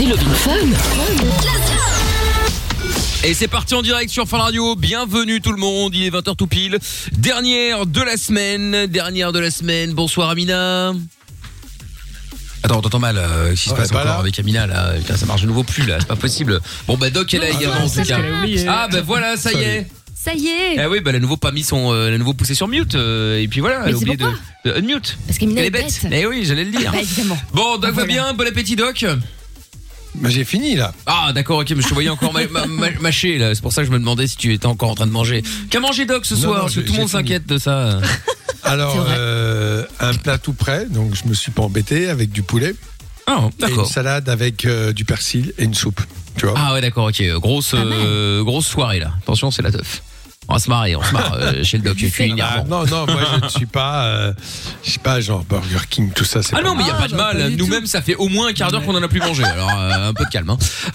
C'est Love in Fun. Et c'est parti en direct sur Fun Radio. Bienvenue tout le monde, il est 20h tout pile. Dernière de la semaine. Bonsoir Amina. Attends, on t'entend mal. Qu'est-ce qui se passe encore avec Amina là? Putain, ça marche de nouveau plus là, c'est pas possible. Bon bah Doc est là également en tout cas. Ah bah voilà, ça y est. Ça y est. Ah oui, bah elle a nouveau pas mis elle a nouveau poussé sur mute et puis voilà, elle a oublié de unmute. Parce qu'Amina elle est bête. Eh oui, j'allais le dire. Bah évidemment. Bon, Doc va bien, bon appétit Doc. Bah j'ai fini là. Ah d'accord, ok, mais je te voyais encore mâcher là, c'est pour ça que je me demandais si tu étais encore en train de manger. Qu'a mangé Doc ce soir? Parce que tout le monde s'inquiète de ça. Alors un plat tout prêt, donc je me suis pas embêté, avec du poulet. Ah d'accord. Et une salade avec du persil et une soupe. Tu vois. Ah ouais d'accord, ok, grosse soirée là. Attention, c'est la teuf. On va se marre chez le Doc culinairement. Non, moi je ne suis pas, genre Burger King, tout ça. Ah non, mais il y a pas de mal. Nous-mêmes, ça fait au moins un quart d'heure qu'on en a plus mangé. Alors un peu de calme.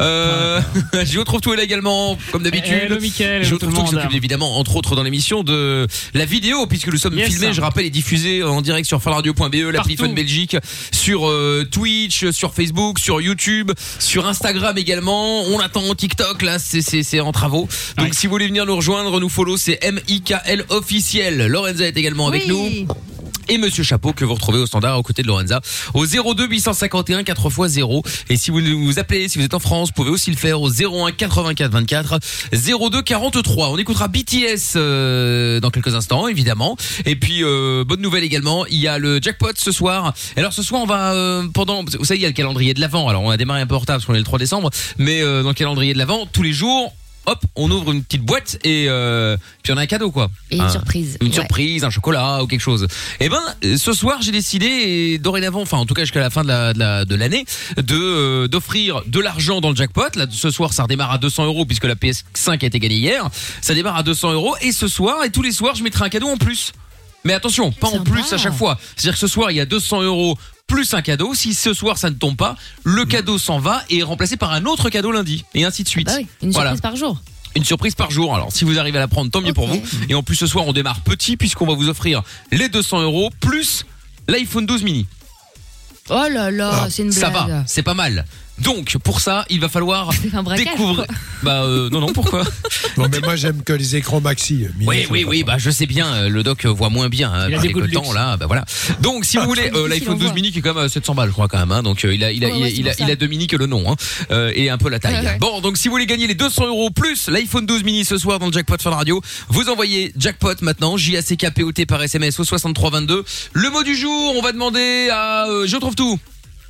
Je retrouve tout là également, comme d'habitude. Hello Mickaël. Je retrouve tout qui s'occupe évidemment, entre autres, dans l'émission de la vidéo, puisque nous sommes filmés. Je rappelle, et diffusés en direct sur funradio.be, l'appli Fun Belgique, sur Twitch, sur Facebook, sur YouTube, sur Instagram également. On attend TikTok là, c'est en travaux. Donc si vous voulez venir nous rejoindre, nous follow, c'est MIKL officiel. Lorenza est également avec nous. Et Monsieur Chapeau que vous retrouvez au standard aux côtés de Lorenza au 02 851 4x0. Et si vous nous appelez, si vous êtes en France, vous pouvez aussi le faire au 01 84 24 02 43. On écoutera BTS dans quelques instants évidemment. Et puis bonne nouvelle également, il y a le jackpot ce soir. Alors ce soir on va vous savez il y a le calendrier de l'Avent. Alors on a démarré un peu en retard parce qu'on est le 3 décembre, mais dans le calendrier de l'Avent tous les jours hop, on ouvre une petite boîte et puis on a un cadeau quoi. Et une surprise. Une surprise, un chocolat ou quelque chose. Et ben ce soir j'ai décidé et dorénavant, enfin en tout cas jusqu'à la fin de l'année, d'offrir de l'argent dans le jackpot. Là ce soir ça redémarre à 200 € puisque la PS5 a été gagnée hier. Ça démarre à 200 € et ce soir et tous les soirs je mettrai un cadeau en plus. Mais attention, pas en plus à chaque fois. C'est-à-dire que ce soir il y a 200 € plus un cadeau. Si ce soir ça ne tombe pas, le cadeau s'en va et est remplacé par un autre cadeau lundi et ainsi de suite. Bah oui, une surprise par jour. Une surprise par jour. Alors si vous arrivez à la prendre, tant mieux pour vous. Et en plus ce soir on démarre petit puisqu'on va vous offrir les 200 € plus l'iPhone 12 mini. Oh là là, c'est une blague. Ça va, c'est pas mal. Donc pour ça, il va falloir découvrir. Non, pourquoi? Non mais moi j'aime que les écrans maxi. Oui, bah je sais bien. Le Doc voit moins bien avec le temps là. Bah voilà. Donc si vous voulez l'iPhone 12 mini qui est quand même 700 balles, je crois quand même. Hein, donc il a 2 mini que le nom et un peu la taille. Bon, donc si vous voulez gagner les 200 € plus l'iPhone 12 mini ce soir dans le jackpot Fun Radio, vous envoyez jackpot maintenant JACKPOT par SMS au 6322. Le mot du jour, on va demander à je trouve tout.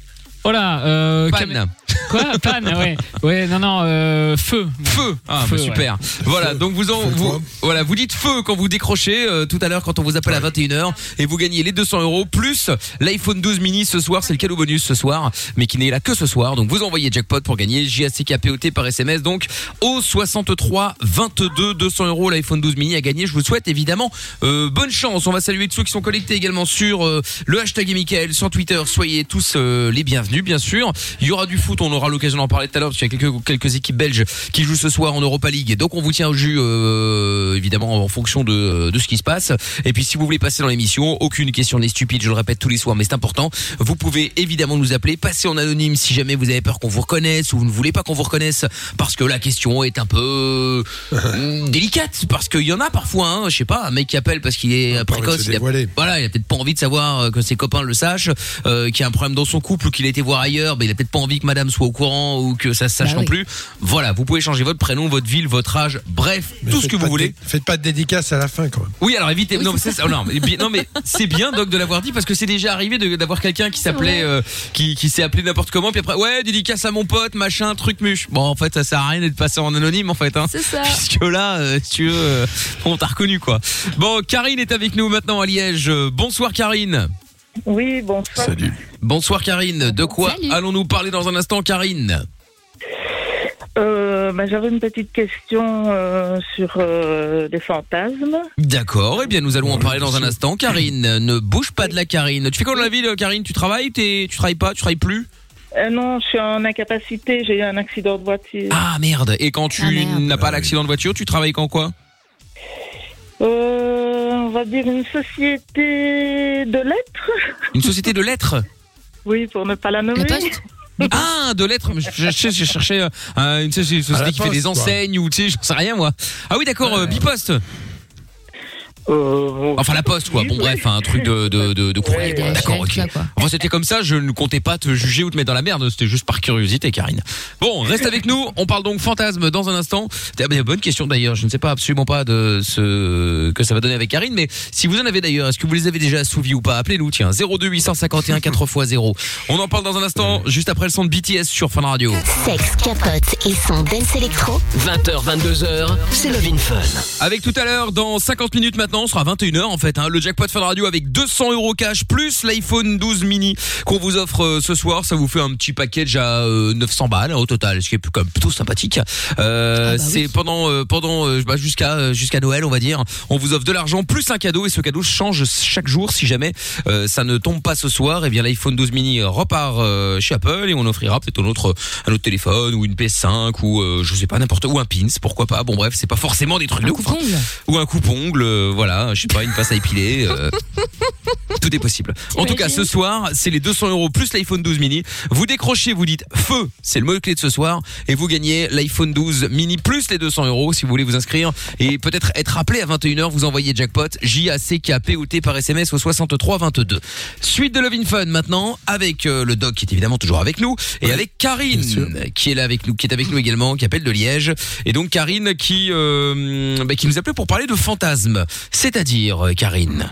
Voilà, Pan. Quoi? Pan, ouais, non, feu. Ah, feu, bah super. Ouais. Voilà, donc vous dites feu quand vous décrochez tout à l'heure quand on vous appelle à 21h et vous gagnez les 200 € plus l'iPhone 12 mini ce soir, c'est le cadeau bonus ce soir, mais qui n'est là que ce soir. Donc vous envoyez jackpot pour gagner JACKPOT par SMS donc au 63 22 200 € l'iPhone 12 mini à gagner. Je vous souhaite évidemment bonne chance. On va saluer tous ceux qui sont connectés également sur le hashtag Mickaël sur Twitter. Soyez tous les bienvenus bien sûr. Il y aura du foot, on aura l'occasion d'en parler tout à l'heure parce qu'il y a quelques équipes belges qui jouent ce soir en Europa League. Donc on vous tient au jus évidemment en fonction de ce qui se passe. Et puis si vous voulez passer dans l'émission, aucune question n'est stupide, je le répète tous les soirs mais c'est important. Vous pouvez évidemment nous appeler, passer en anonyme si jamais vous avez peur qu'on vous reconnaisse ou vous ne voulez pas qu'on vous reconnaisse parce que la question est un peu délicate parce qu'il y en a parfois je sais pas, un mec qui appelle parce qu'il est précoce, il a peut-être pas envie de savoir que ses copains le sachent, qu'il y a un problème dans son couple ou qu'il a été voir ailleurs, il a peut-être pas envie que madame soit au courant ou que ça se sache non plus. Voilà, vous pouvez changer votre prénom, votre ville, votre âge, bref, mais tout ce que vous voulez. Faites pas de dédicace à la fin quand même. Oui, alors évitez. Non, mais c'est bien Doc de l'avoir dit parce que c'est déjà arrivé d'avoir quelqu'un qui s'appelait qui s'est appelé n'importe comment puis après dédicace à mon pote, machin, truc muche. Bon, en fait, ça sert à rien d'être passé en anonyme en fait C'est ça. Puisque là, si tu veux on t'a reconnu quoi. Bon, Karine est avec nous maintenant à Liège. Bonsoir Karine. Oui, bonsoir. Salut. Bonsoir Karine. De quoi allons-nous parler dans un instant Karine? J'avais une petite question sur les fantasmes. D'accord, eh bien nous allons en parler dans un instant. Karine, ne bouge pas de la Karine. Tu fais quoi dans la vie Karine? Tu travailles? Tu travailles pas? Tu travailles plus? Non, je suis en incapacité, j'ai eu un accident de voiture. Ah merde, et quand tu n'as pas l'accident de voiture, tu travailles quand quoi? On va dire une société de lettres. Une société de lettres? Oui, pour ne pas la nommer. La Poste? Ah, de lettres. Je cherchais une société qui fait des enseignes ou tu sais, j'en sais rien moi. Ah oui, d'accord, Bipost. Enfin la poste quoi. Bon bref, un truc de courrier. Ouais, D'accord, ok. Enfin c'était comme ça, je ne comptais pas te juger ou te mettre dans la merde, c'était juste par curiosité, Karine. Bon, reste avec nous, on parle donc fantasme dans un instant. Bonne question d'ailleurs, je ne sais pas absolument pas de ce que ça va donner avec Karine, mais si vous en avez d'ailleurs, est-ce que vous les avez déjà assouvis ou pas? Appelez-nous, tiens, 02 851 4x0. On en parle dans un instant, juste après le son de BTS sur Fun Radio. Sexe, capote et son dance électro. 20h, 22h, c'est Love in Fun. Avec tout à l'heure, dans 50 minutes maintenant, on sera à 21h en fait, le jackpot Fun Radio avec 200 € cash plus l'iPhone 12 mini qu'on vous offre ce soir. Ça vous fait un petit package à 900 balles au total, ce qui est quand même plutôt sympathique. C'est pendant jusqu'à Noël on va dire. On vous offre de l'argent plus un cadeau et ce cadeau change chaque jour. Si jamais ça ne tombe pas ce soir, et bien l'iPhone 12 mini repart chez Apple et on offrira peut-être un autre téléphone ou une PS5 ou je sais pas n'importe ou un pins, pourquoi pas. Bon bref, c'est pas forcément des trucs de ouf. Ou un coupe-ongle, voilà, je sais pas, une passe à épiler, tout est possible. En tout cas, ce soir, c'est les 200 € plus l'iPhone 12 mini. Vous décrochez, vous dites feu, c'est le mot-clé de ce soir, et vous gagnez l'iPhone 12 mini plus les 200 € si vous voulez vous inscrire et peut-être être appelé à 21h. Vous envoyez jackpot JACKPOT par SMS au 63 22. Suite de Love in Fun maintenant avec le doc qui est évidemment toujours avec nous et avec Karine qui est là avec nous, qui est avec nous également, qui appelle de Liège. Et donc Karine qui nous appelait pour parler de fantasmes. C'est-à-dire, Karine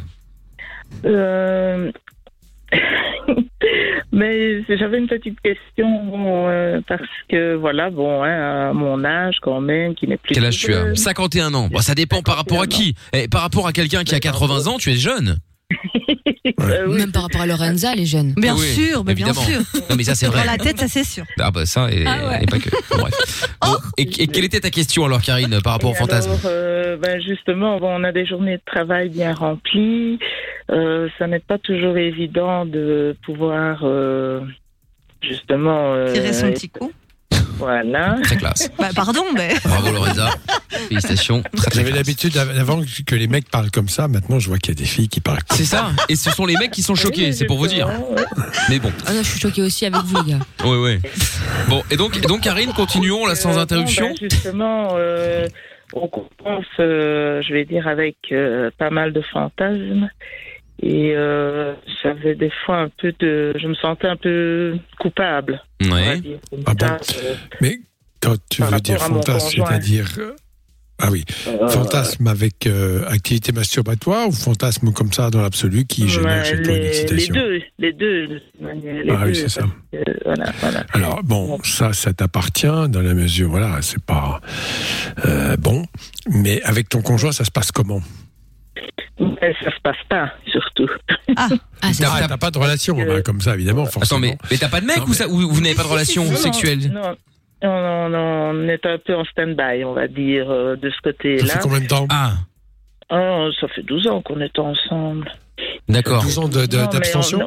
Mais j'avais une petite question parce que voilà, bon, à mon âge quand même, qui n'est plus. Quel âge tu as? 51 ans. Bon, ça dépend par rapport à qui. Par rapport à quelqu'un qui a 80 ans, tu es jeune. Même par rapport à Lorenza, elle est jeune. Bien sûr, mais évidemment. bien sûr. Non mais ça c'est vrai. Dans la tête, ça c'est sûr. Ah bah ça et pas que. Bon, bref. Bon, et quelle était ta question alors, Karine, par rapport au fantasme? Justement, on a des journées de travail bien remplies. Ça n'est pas toujours évident de pouvoir justement tirer son petit coup. Voilà. Très classe. Pardon, mais. Bravo Lorenza. Félicitations. J'avais l'habitude avant que les mecs parlent comme ça. Maintenant, je vois qu'il y a des filles qui parlent. C'est ça. Et ce sont les mecs qui sont choqués. C'est pour vous dire. Mais bon. Ah non, je suis choquée aussi avec vous, les gars. Oui. Bon, et donc Karine, continuons là sans interruption. Justement, on commence, je vais dire, avec pas mal de fantasmes. Et j'avais des fois je me sentais un peu coupable. Ouais. Ah bon. Mais quand tu veux dire fantasme, c'est-à-dire ah oui, fantasme avec activité masturbatoire ou fantasme comme ça dans l'absolu qui génère chez toi une excitation? Les deux. Oui, c'est ça. Voilà. Alors bon, ça t'appartient dans la mesure, voilà, c'est pas bon. Mais avec ton conjoint, ça se passe comment? Mais ça se passe pas, surtout. T'as pas de relation comme ça, évidemment, forcément. Attends, mais t'as pas de mec ou vous n'avez pas de relation sexuelle? Non, on est un peu en stand-by, on va dire, de ce côté-là. Ça fait combien de temps? Ça fait 12 ans qu'on est ensemble. D'accord. 12 ans d'abstention?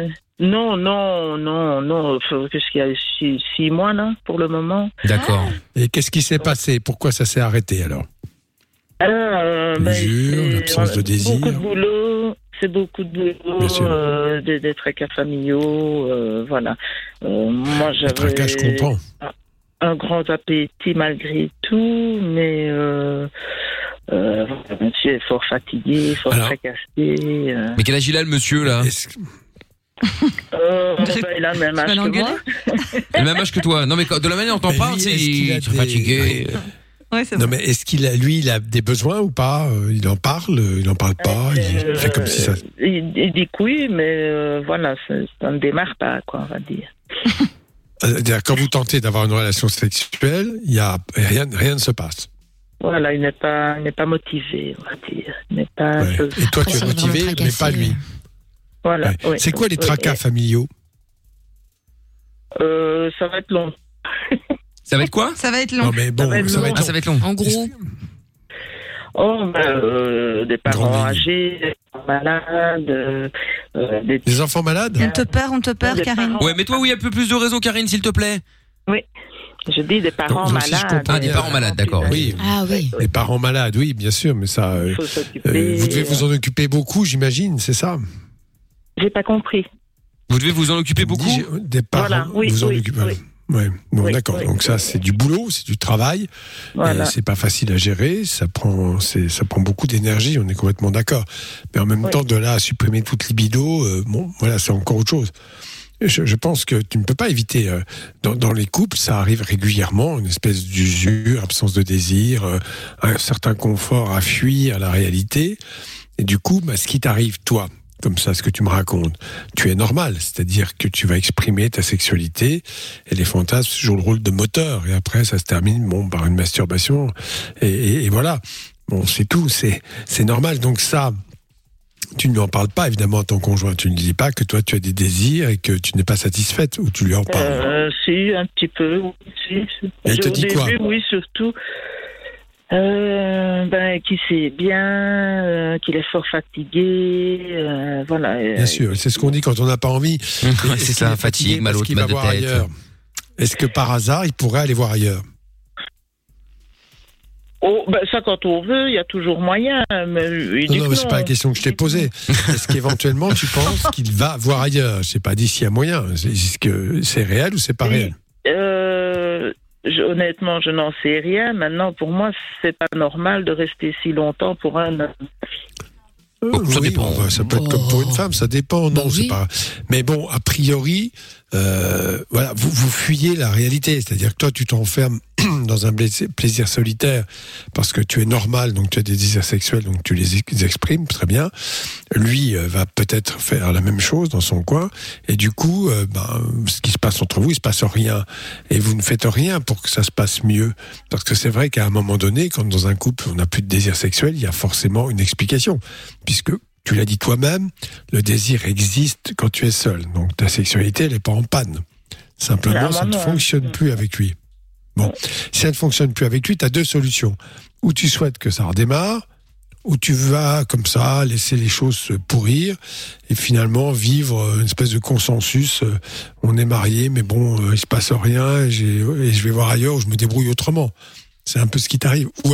Non, puisqu'il y a 6 mois, là, pour le moment. D'accord. Et qu'est-ce qui s'est passé? Pourquoi ça s'est arrêté, alors? L'absence de désir. C'est beaucoup de boulot, des tracas familiaux, voilà. Moi, j'avais tracas, je comprends. Un grand appétit malgré tout, mais monsieur est fort fatigué, fort tracassé. Mais quel âge il a, le monsieur, là? Il a le même âge que moi. Le même âge que toi. Non, mais de la manière dont on parle, il est fatigué. Ouais, c'est non, mais est-ce qu'il a des besoins ou pas? Il en parle pas? Il fait comme si ça. Il dit que oui, mais voilà, ça ne démarre pas, quoi, on va dire. Quand vous tentez d'avoir une relation sexuelle, il y a rien ne se passe. Voilà, il n'est pas motivé, on va dire. Il n'est pas. Ouais. Et toi, tu es motivé, mais pas lui. Voilà. Ouais. C'est quoi les tracas familiaux? Ça va être long. Ça va être quoi? Ça va être long. Non, mais bon, ça va être long. En gros. Des parents âgés, des parents malades, des enfants malades. On te perd, Karine. Ouais, mais toi, oui, un peu plus de réseau, Karine, s'il te plaît. Oui. Je dis des parents malades. Des parents malades, d'accord. Oui. Ah oui. Les parents malades, oui, bien sûr, mais ça. Faut s'occuper. Vous devez vous en occuper beaucoup, j'imagine, c'est ça? J'ai pas compris. Vous devez vous en occuper beaucoup. Des parents, Voilà, oui, vous en oui, occupez. oui. Ouais. Bon, Oui, d'accord. oui, Donc ça, c'est du boulot, c'est du travail. Voilà. Et c'est pas facile à gérer. Ça prend beaucoup d'énergie. On est complètement d'accord. Mais en même temps, de là à supprimer toute libido, voilà, c'est encore autre chose. Je pense que tu ne peux pas éviter. Dans les couples, ça arrive régulièrement, une espèce d'usure, absence de désir, un certain confort à fuir à la réalité. Et du coup, ce qui t'arrive, toi, comme ça, ce que tu me racontes, tu es normal, c'est-à-dire que tu vas exprimer ta sexualité et les fantasmes jouent le rôle de moteur, et après ça se termine par une masturbation, et voilà. Bon, c'est tout, c'est normal. Donc ça, tu ne lui en parles pas évidemment à ton conjoint, tu ne lui dis pas que toi tu as des désirs et que tu n'es pas satisfaite, ou tu lui en parles? Si, un petit peu, oui. Si. Et elle te dit quoi? Oui, surtout. Qu'il c'est bien, qu'il est fort fatigué, voilà. Bien sûr, c'est ce qu'on dit quand on n'a pas envie. C'est ça, fatigue, mal au mal de tête. Ailleurs. Est-ce que par hasard, il pourrait aller voir ailleurs? Ça, quand on veut, il y a toujours moyen. Mais non, mais c'est pas la question que je t'ai posée. Est-ce qu'éventuellement, tu penses qu'il va voir ailleurs? Je n'ai pas dit s'il y a moyen. Est-ce que c'est réel ou c'est pas réel? Honnêtement, je n'en sais rien. Maintenant, pour moi, c'est pas normal de rester si longtemps pour un homme. Ça dépend. Ça peut être comme pour une femme, ça dépend. Non, c'est pas. Mais bon, a priori, voilà, vous fuyez la réalité. C'est-à-dire que toi, tu t'enfermes dans un plaisir solitaire parce que tu es normal, donc tu as des désirs sexuels, donc tu les exprimes très bien. Lui va peut-être faire la même chose dans son coin, et du coup, ce qui se passe entre vous, il se passe rien, et vous ne faites rien pour que ça se passe mieux. Parce que c'est vrai qu'à un moment donné, quand dans un couple on n'a plus de désir sexuel, il y a forcément une explication, puisque tu l'as dit toi-même, le désir existe quand tu es seul. Donc ta sexualité, elle n'est pas en panne. Simplement, ça ne fonctionne plus avec lui. Bon, si ça ne fonctionne plus avec lui, tu as deux solutions. Ou tu souhaites que ça redémarre, ou tu vas, comme ça, laisser les choses se pourrir et finalement vivre une espèce de consensus. On est mariés, mais bon, il se passe rien et je vais voir ailleurs, ou je me débrouille autrement. C'est un peu ce qui t'arrive. Ou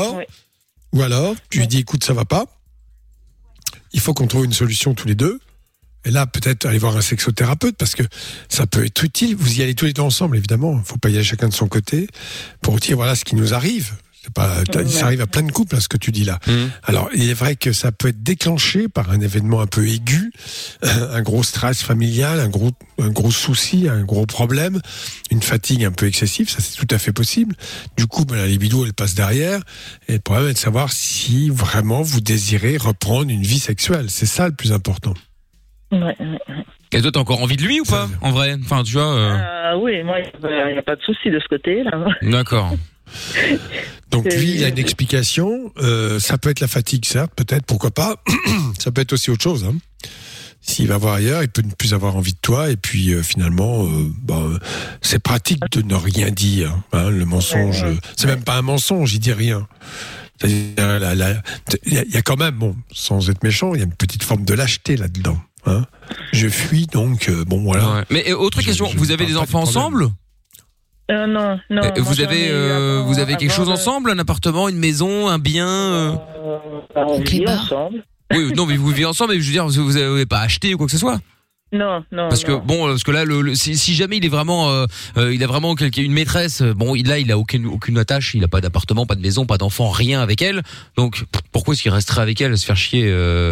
alors, tu lui dis, écoute, ça va pas. Il faut qu'on trouve une solution tous les deux. Et là, peut-être aller voir un sexothérapeute, parce que ça peut être utile. Vous y allez tous les deux ensemble, évidemment. Il ne faut pas y aller chacun de son côté pour dire, voilà ce qui nous arrive. Ça arrive à plein de couples, ce que tu dis là. Alors, il est vrai que ça peut être déclenché par un événement un peu aigu, un gros stress familial, un gros souci, un gros problème, une fatigue un peu excessive, ça c'est tout à fait possible. Du coup, la libido, elle passe derrière, et le problème est de savoir si vraiment vous désirez reprendre une vie sexuelle. C'est ça le plus important. Ouais. Et toi, t'as encore envie de lui ou pas, en vrai? Enfin, tu vois. Oui, moi, il n'y a pas de souci de ce côté-là. D'accord. Donc lui, il a une explication. Ça peut être la fatigue, certes, peut-être, pourquoi pas. Ça peut être aussi autre chose. Hein. S'il va voir ailleurs, il peut ne plus avoir envie de toi. Et puis finalement, c'est pratique de ne rien dire. Hein, le mensonge, c'est même pas un mensonge, il dit rien. Il y a quand même, bon, sans être méchant, il y a une petite forme de lâcheté là-dedans. Hein. Je fuis, donc bon, voilà. Ouais. Mais autre question, vous avez des enfants ensemble? Non. Vous avez quelque chose ensemble, un appartement, une maison, un bien On vit ensemble. Oui, non, mais vous vivez ensemble, et je veux dire, vous n'avez pas acheté ou quoi que ce soit? Non. Parce que là, si jamais il est vraiment, il a vraiment une maîtresse, il a aucune attache, il a pas d'appartement, pas de maison, pas d'enfant, rien avec elle. Donc pourquoi est-ce qu'il resterait avec elle, se faire chier?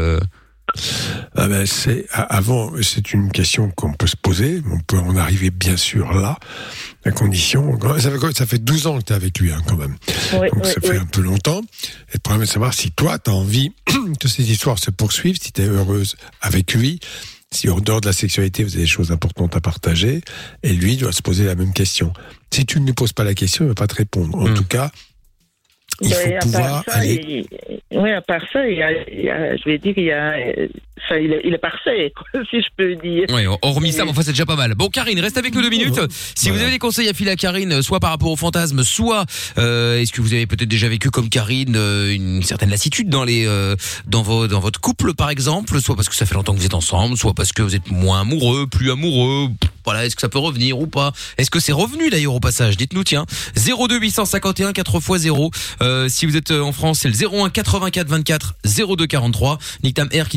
C'est une question qu'on peut se poser. On peut en arriver bien sûr là. La condition, ça fait 12 ans que tu es avec lui, hein, quand même. Donc ça fait un peu longtemps. Et le problème est de savoir si toi, tu as envie que cette histoire se poursuive, si tu es heureuse avec lui, si en dehors de la sexualité, vous avez des choses importantes à partager, et lui doit se poser la même question. Si tu ne lui poses pas la question, il ne va pas te répondre. En tout cas, il faut pouvoir aller... Oui, à part ça, il est parfait, si je peux dire. Oui, hormis ça, c'est déjà pas mal. Bon, Karine, reste avec nous 2 minutes. Si vous avez des conseils à filer à Karine, soit par rapport au fantasme, soit est-ce que vous avez peut-être déjà vécu comme Karine une certaine lassitude dans votre couple, par exemple, soit parce que ça fait longtemps que vous êtes ensemble, soit parce que vous êtes moins amoureux, plus amoureux. Voilà, est-ce que ça peut revenir ou pas? Est-ce que c'est revenu d'ailleurs au passage? Dites-nous, tiens. 02 851 4x0. Si vous êtes en France, c'est le 01 84 24 02 43. Nick Tam R qui dit Karine,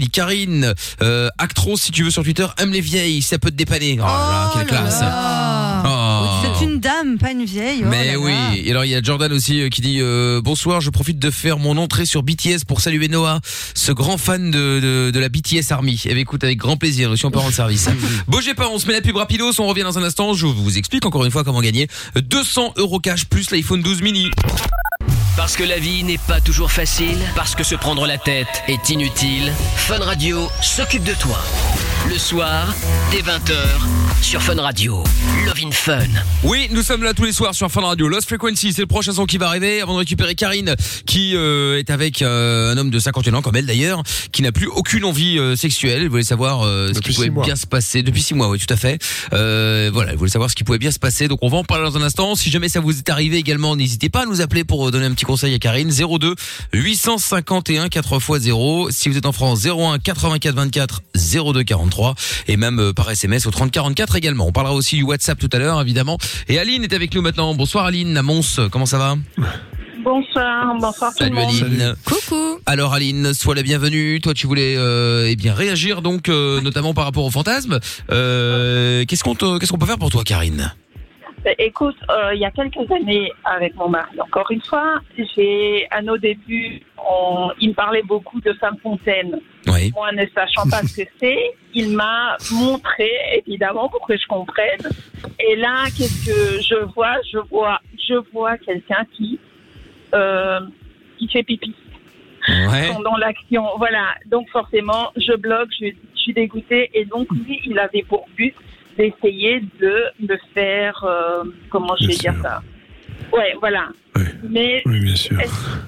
Aline, Actros si tu veux sur Twitter, aime les vieilles, ça peut te dépanner. Oh là là, quelle classe. C'est une dame, pas une vieille. Mais oui. Et alors il y a Jordan aussi qui dit bonsoir, je profite de faire mon entrée sur BTS pour saluer Noah, ce grand fan de la BTS Army. Eh bien, écoute, avec grand plaisir, je suis en parent de service. Bougez pas, on se met la pub rapidos, on revient dans un instant, je vous explique encore une fois comment gagner 200 € cash plus l'iPhone 12 mini. Parce que la vie n'est pas toujours facile, parce que se prendre la tête est inutile, Fun Radio s'occupe de toi. Le soir, dès 20h, sur Fun Radio. Love in Fun. Oui, nous sommes là tous les soirs sur Fun Radio. Lost Frequency, c'est le prochain son qui va arriver. Avant de récupérer Karine, qui est avec un homme de 51 ans, comme elle d'ailleurs, qui n'a plus aucune envie sexuelle. Elle voulait savoir ce qui pouvait bien se passer. Depuis 6 mois, oui, tout à fait. Voilà, elle voulait savoir ce qui pouvait bien se passer. Donc on va en parler dans un instant. Si jamais ça vous est arrivé également, n'hésitez pas à nous appeler pour donner un petit conseil à Karine. 02 851 4x0. Si vous êtes en France, 01 84 24 02 43. Et même par SMS au 30 44 également. On parlera aussi du WhatsApp tout à l'heure, évidemment. Et Aline est avec nous maintenant. Bonsoir Aline, à Mons. Comment ça va? Bonsoir tout le monde. Salut Aline. Coucou. Alors Aline, sois la bienvenue. Toi, tu voulais bien réagir donc notamment par rapport au fantasme. Qu'est-ce qu'on peut faire pour toi, Karine? Écoute, il y a quelques années, avec mon mari, encore une fois, à nos débuts, il me parlait beaucoup de Femme Fontaine. Oui. Moi, ne sachant pas ce que c'est, il m'a montré, évidemment, pour que je comprenne. Et là, qu'est-ce que je vois? Je vois quelqu'un qui fait pipi. Ouais. Pendant l'action. Voilà. Donc, forcément, je bloque, je suis dégoûtée. Et donc, lui, il avait pour but d'essayer de me faire, comment je vais dire ça? Ouais, voilà. Oui. Mais oui, bien sûr.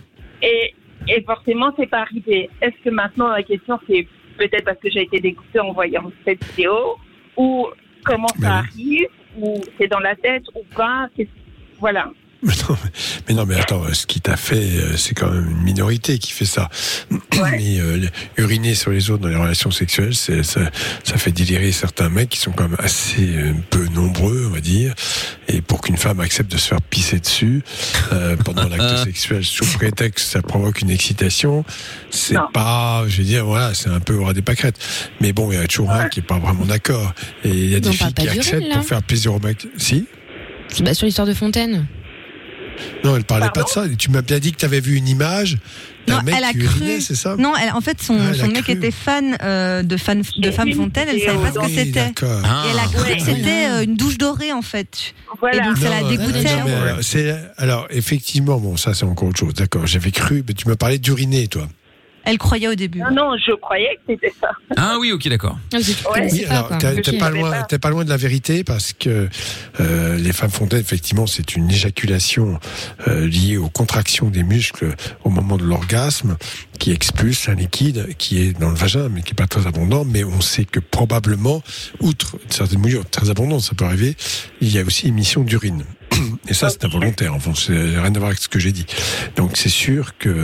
Et forcément, c'est pas arrivé. Est-ce que maintenant, la question, c'est peut-être parce que j'ai été dégoûtée en voyant cette vidéo, ou comment ça arrive, ou c'est dans la tête, ou pas? Voilà. Mais non, mais attends, ce qui t'a fait, c'est quand même une minorité qui fait ça. Ouais. Mais uriner sur les autres dans les relations sexuelles, ça fait délirer certains mecs qui sont quand même assez peu nombreux, on va dire. Et pour qu'une femme accepte de se faire pisser dessus pendant l'acte sexuel sous prétexte que ça provoque une excitation, c'est pas, je veux dire, voilà, c'est un peu au ras des pâquerettes. Mais bon, il y a toujours un qui est pas vraiment d'accord. Et il y a des filles qui acceptent pour faire plaisir aux mecs. Si? Bah, sur l'histoire de Fontaine. Non, elle parlait pas de ça. Tu m'as bien dit que tu avais vu une image d'un mec qui urinait, c'est ça? Non, en fait, son mec était fan de Femme Fontaine. Elle savait pas ce que c'était. Et elle a cru que c'était une douche dorée, en fait. Voilà. Et donc, ça la dégoûtait. Alors, effectivement, bon, ça, c'est encore autre chose. D'accord, j'avais cru, mais tu m'as parlé d'uriner, toi. Elle croyait au début. Non, je croyais que c'était ça. Ah oui, ok, d'accord. Oui, alors, t'es pas loin de la vérité parce que les femmes fontaines, effectivement, c'est une éjaculation liée aux contractions des muscles au moment de l'orgasme qui expulse un liquide qui est dans le vagin, mais qui est pas très abondant. Mais on sait que probablement, outre certaines mouillures très abondantes, ça peut arriver, il y a aussi émission d'urine. Et ça, c'est involontaire. Enfin, c'est rien à voir avec ce que j'ai dit. Donc, c'est sûr que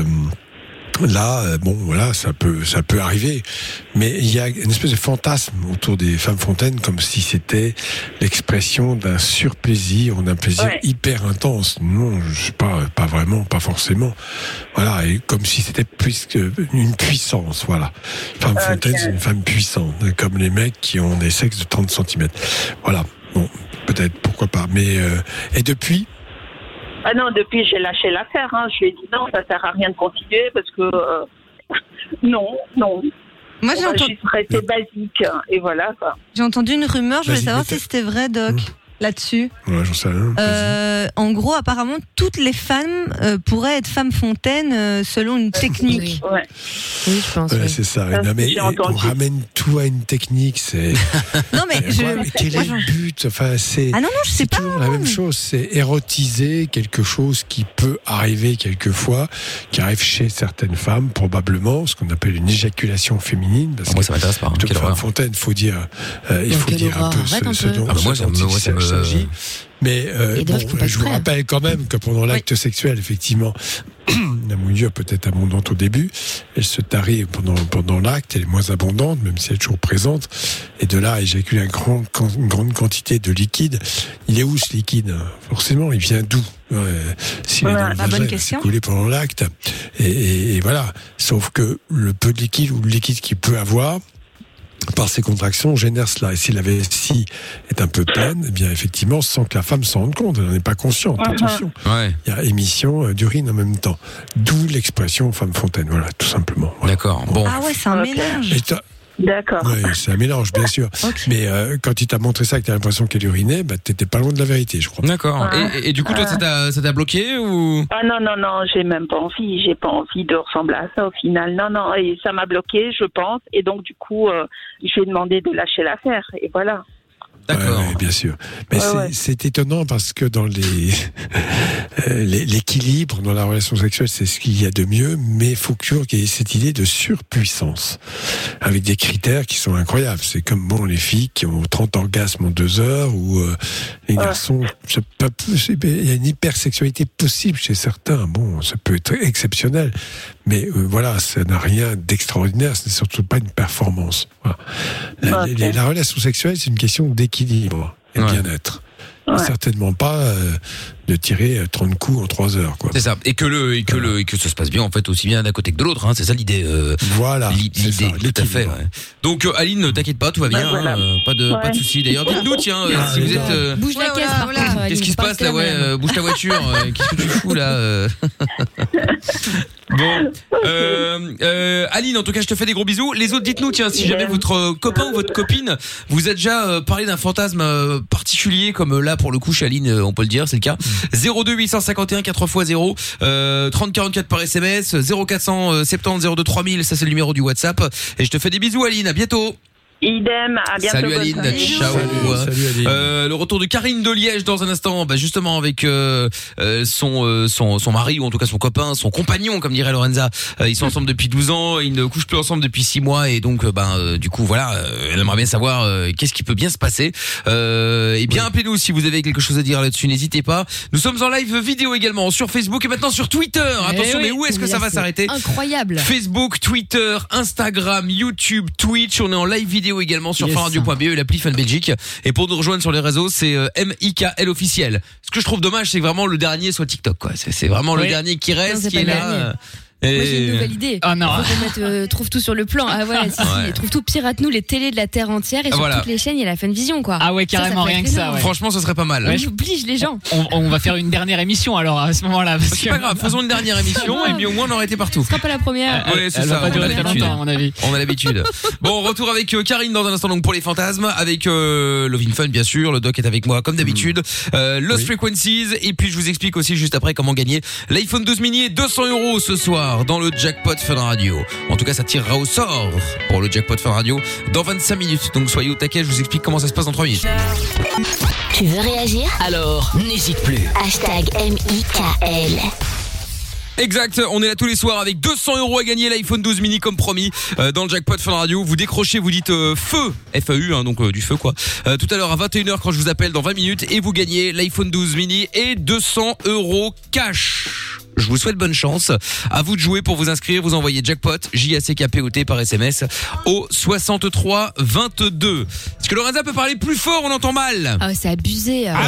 là, bon, voilà, ça peut arriver, mais il y a une espèce de fantasme autour des femmes fontaines, comme si c'était l'expression d'un surplaisir, d'un plaisir hyper intense. Non, je sais pas vraiment, pas forcément. Voilà, et comme si c'était plus une puissance, voilà. Femme fontaine, c'est une femme puissante, comme les mecs qui ont des sexes de 30 cm. Voilà, bon, peut-être, pourquoi pas. Mais et depuis. Ah non, depuis j'ai lâché l'affaire. Je lui ai dit non, ça sert à rien de continuer parce que non. Moi j'ai entendu. Je suis restée basique et voilà quoi. J'ai entendu une rumeur. Je voulais savoir si c'était vrai, Doc. Là-dessus. Ouais, j'en sais rien. En gros, apparemment, toutes les femmes pourraient être femmes fontaines selon une technique. Oui, je pense. Ouais, c'est ça. Non, mais on ramène tout à une technique. C'est. Non, mais quel est le but? Enfin, c'est. Ah non, je sais pas. C'est toujours la même chose. C'est érotiser quelque chose qui peut arriver quelquefois, qui arrive chez certaines femmes, probablement, ce qu'on appelle une éjaculation féminine. Parce moi, ça m'intéresse pas. Toute femme fontaine, il faut dire un peu ce dont il s'agit. Mais je vous rappelle quand même que pendant l'acte sexuel, effectivement, la mouillure peut être abondante au début, elle se tarit pendant l'acte, elle est moins abondante, même si elle est toujours présente, et de là, éjaculer une grande quantité de liquide. Il est où ce liquide? Forcément, il vient d'où? S'il est dans le vagin, il s'est coulé pendant l'acte. Et voilà. Sauf que le peu de liquide ou le liquide qu'il peut avoir, par ces contractions, génère cela. Et si la vessie est un peu pleine, eh bien effectivement, sans que la femme s'en rende compte, elle n'en est pas consciente. Attention, il y a émission d'urine en même temps. D'où l'expression femme fontaine. Voilà, tout simplement. Voilà. D'accord. Bon. Ah ouais, c'est un mélange. D'accord. Oui, c'est un mélange, bien sûr. Mais quand il t'a montré ça, que t'as l'impression qu'elle urinait, t'étais pas loin de la vérité, je crois. D'accord. Et du coup, toi, ça t'a bloqué ou? Ah non, j'ai même pas envie. J'ai pas envie de ressembler à ça au final. Non, et ça m'a bloqué, je pense. Et donc, du coup, j'ai demandé de lâcher l'affaire. Et voilà. D'accord. Ouais, bien sûr. Mais c'est étonnant parce que dans l'équilibre dans la relation sexuelle, c'est ce qu'il y a de mieux, mais il faut toujours qu'il y ait cette idée de surpuissance avec des critères qui sont incroyables. C'est comme les filles qui ont 30 orgasmes en 2 heures ou les garçons, il y a une hypersexualité possible chez certains. Bon, ça peut être exceptionnel, mais voilà, ça n'a rien d'extraordinaire, ce n'est surtout pas une performance. Voilà. La relation sexuelle, c'est une question d'équilibre et de bien-être. Certainement pas de tirer 30 coups en 3 heures, quoi. C'est ça. Et que ça se passe bien, en fait, aussi bien d'un côté que de l'autre, hein. C'est ça l'idée. Voilà. L'idée, tout à fait, ouais. Donc, Aline, ne t'inquiète pas, tout va bien, pas de soucis. D'ailleurs, dites-nous, tiens, si vous êtes, Bouge la caisse, par contre. qu'est-ce qui se passe, là, bouge ta voiture, qu'est-ce que tu fous, là, Bon, Aline, en tout cas, je te fais des gros bisous. Les autres, dites-nous, tiens, si jamais votre copain ou votre copine vous a déjà parlé d'un fantasme particulier, comme là, pour le coup, chez Aline, on peut le dire, c'est le cas. 02 851 4x0, 3044 par SMS, 0470 02 3000, ça c'est le numéro du WhatsApp. Et je te fais des bisous, Aline, à bientôt. Idem, à bientôt. Salut Aline, ciao. Salut Aline. Le retour de Karine de Liège dans un instant, justement avec son mari, ou en tout cas son copain, son compagnon, comme dirait Lorenza. Ils sont ensemble depuis 12 ans, ils ne couchent plus ensemble depuis 6 mois, et donc du coup voilà, elle aimerait bien savoir qu'est-ce qui peut bien se passer. Et bien appelez-nous si vous avez quelque chose à dire là-dessus, n'hésitez pas. Nous sommes en live vidéo également sur Facebook et maintenant sur Twitter. Attention, mais où est-ce que ça va s'arrêter? Incroyable. Facebook, Twitter, Instagram, YouTube, Twitch, on est en live vidéo également sur fanradio.be et l'appli Fun Belgique. Et pour nous rejoindre sur les réseaux, c'est MIKL officiel. Ce que je trouve dommage, c'est que vraiment le dernier soit TikTok, quoi. C'est vraiment le dernier qui reste, qui est là. Moi j'ai une nouvelle idée. Oh non. Faut qu'on mette Trouve tout sur le plan. Ah ouais, si, Trouve tout, pirate-nous les télés de la terre entière et sur toutes les chaînes il y a la Funvision, quoi. Ah ouais, carrément, rien que ça. Ouais. Franchement, ça serait pas mal. On oblige les gens. On va faire une dernière émission alors à ce moment-là. C'est pas grave, faisons une dernière émission et puis au moins on aurait été partout. Ce sera pas la première. Ouais, c'est ça. ça. Va pas durer très longtemps, à mon avis. On a l'habitude. Bon, retour avec Karine dans un instant donc pour les fantasmes, avec Lovin Fun bien sûr. Le doc est avec moi comme d'habitude. Lost Frequencies, et puis je vous explique aussi juste après comment gagner l'iPhone 12 mini et 200 € ce soir dans le jackpot Fun Radio. En tout cas, ça tirera au sort pour le jackpot Fun Radio dans 25 minutes. Donc soyez au taquet, je vous explique comment ça se passe dans 3 minutes. Tu veux réagir? Alors, n'hésite plus. Hashtag MIKL. Exact, on est là tous les soirs avec 200 € à gagner, l'iPhone 12 mini comme promis dans le jackpot Fun Radio. Vous décrochez, vous dites feu, FAU, donc du feu quoi. Tout à l'heure à 21h quand je vous appelle dans 20 minutes et vous gagnez l'iPhone 12 mini et 200 € cash. Je vous souhaite bonne chance. À vous de jouer. Pour vous inscrire, vous envoyez jackpot JACKPOT par SMS au 63 22. Est-ce que Lorenza peut parler plus fort? On entend mal. Ah, c'est abusé. Oh là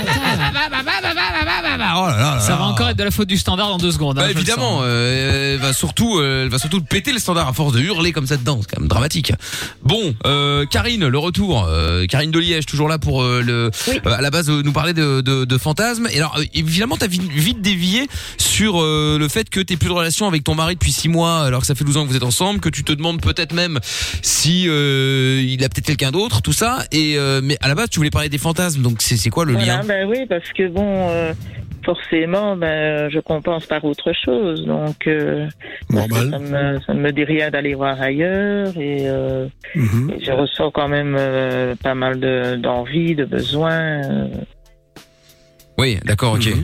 là. Ça va encore être de la faute du standard dans 2 secondes. Bah, évidemment, elle va surtout péter le standard à force de hurler comme ça dedans. C'est quand même dramatique. Bon, Karine, le retour. Karine de Liège, toujours là pour à la base nous parler de fantasmes. Et alors, évidemment, t'as vite dévié sur le fait que t'aies plus de relation avec ton mari depuis 6 mois, alors que ça fait 12 ans que vous êtes ensemble, que tu te demandes peut-être même si il a peut-être quelqu'un d'autre, tout ça. Et mais à la base, tu voulais parler des fantasmes. Donc c'est quoi le lien? Ben oui, parce que bon. Forcément, je compense par autre chose. Donc, normal. Ça ne me dit rien d'aller voir ailleurs. Et je ressens quand même pas mal d'envie, de besoin. Oui, d'accord, ok.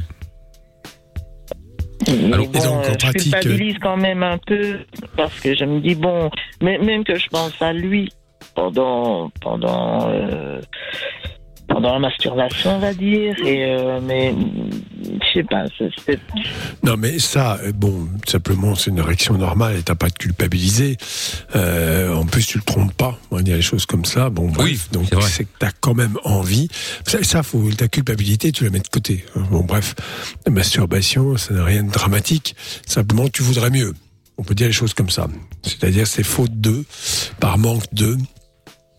Alors, je culpabilise quand même un peu parce que je me dis, bon, même que je pense à lui pendant la masturbation, on va dire, mais je sais pas, c'est... Non, mais ça, simplement, c'est une réaction normale et t'as pas de culpabiliser. En plus, tu le trompes pas, on va dire les choses comme ça. Bon, bref, oui, donc c'est que t'as quand même envie. Ça, ta culpabilité, tu la mets de côté. Bon, bref, la masturbation, ça n'a rien de dramatique. Simplement, tu voudrais mieux. On peut dire les choses comme ça. C'est-à-dire, c'est faute d'eux, par manque d'eux.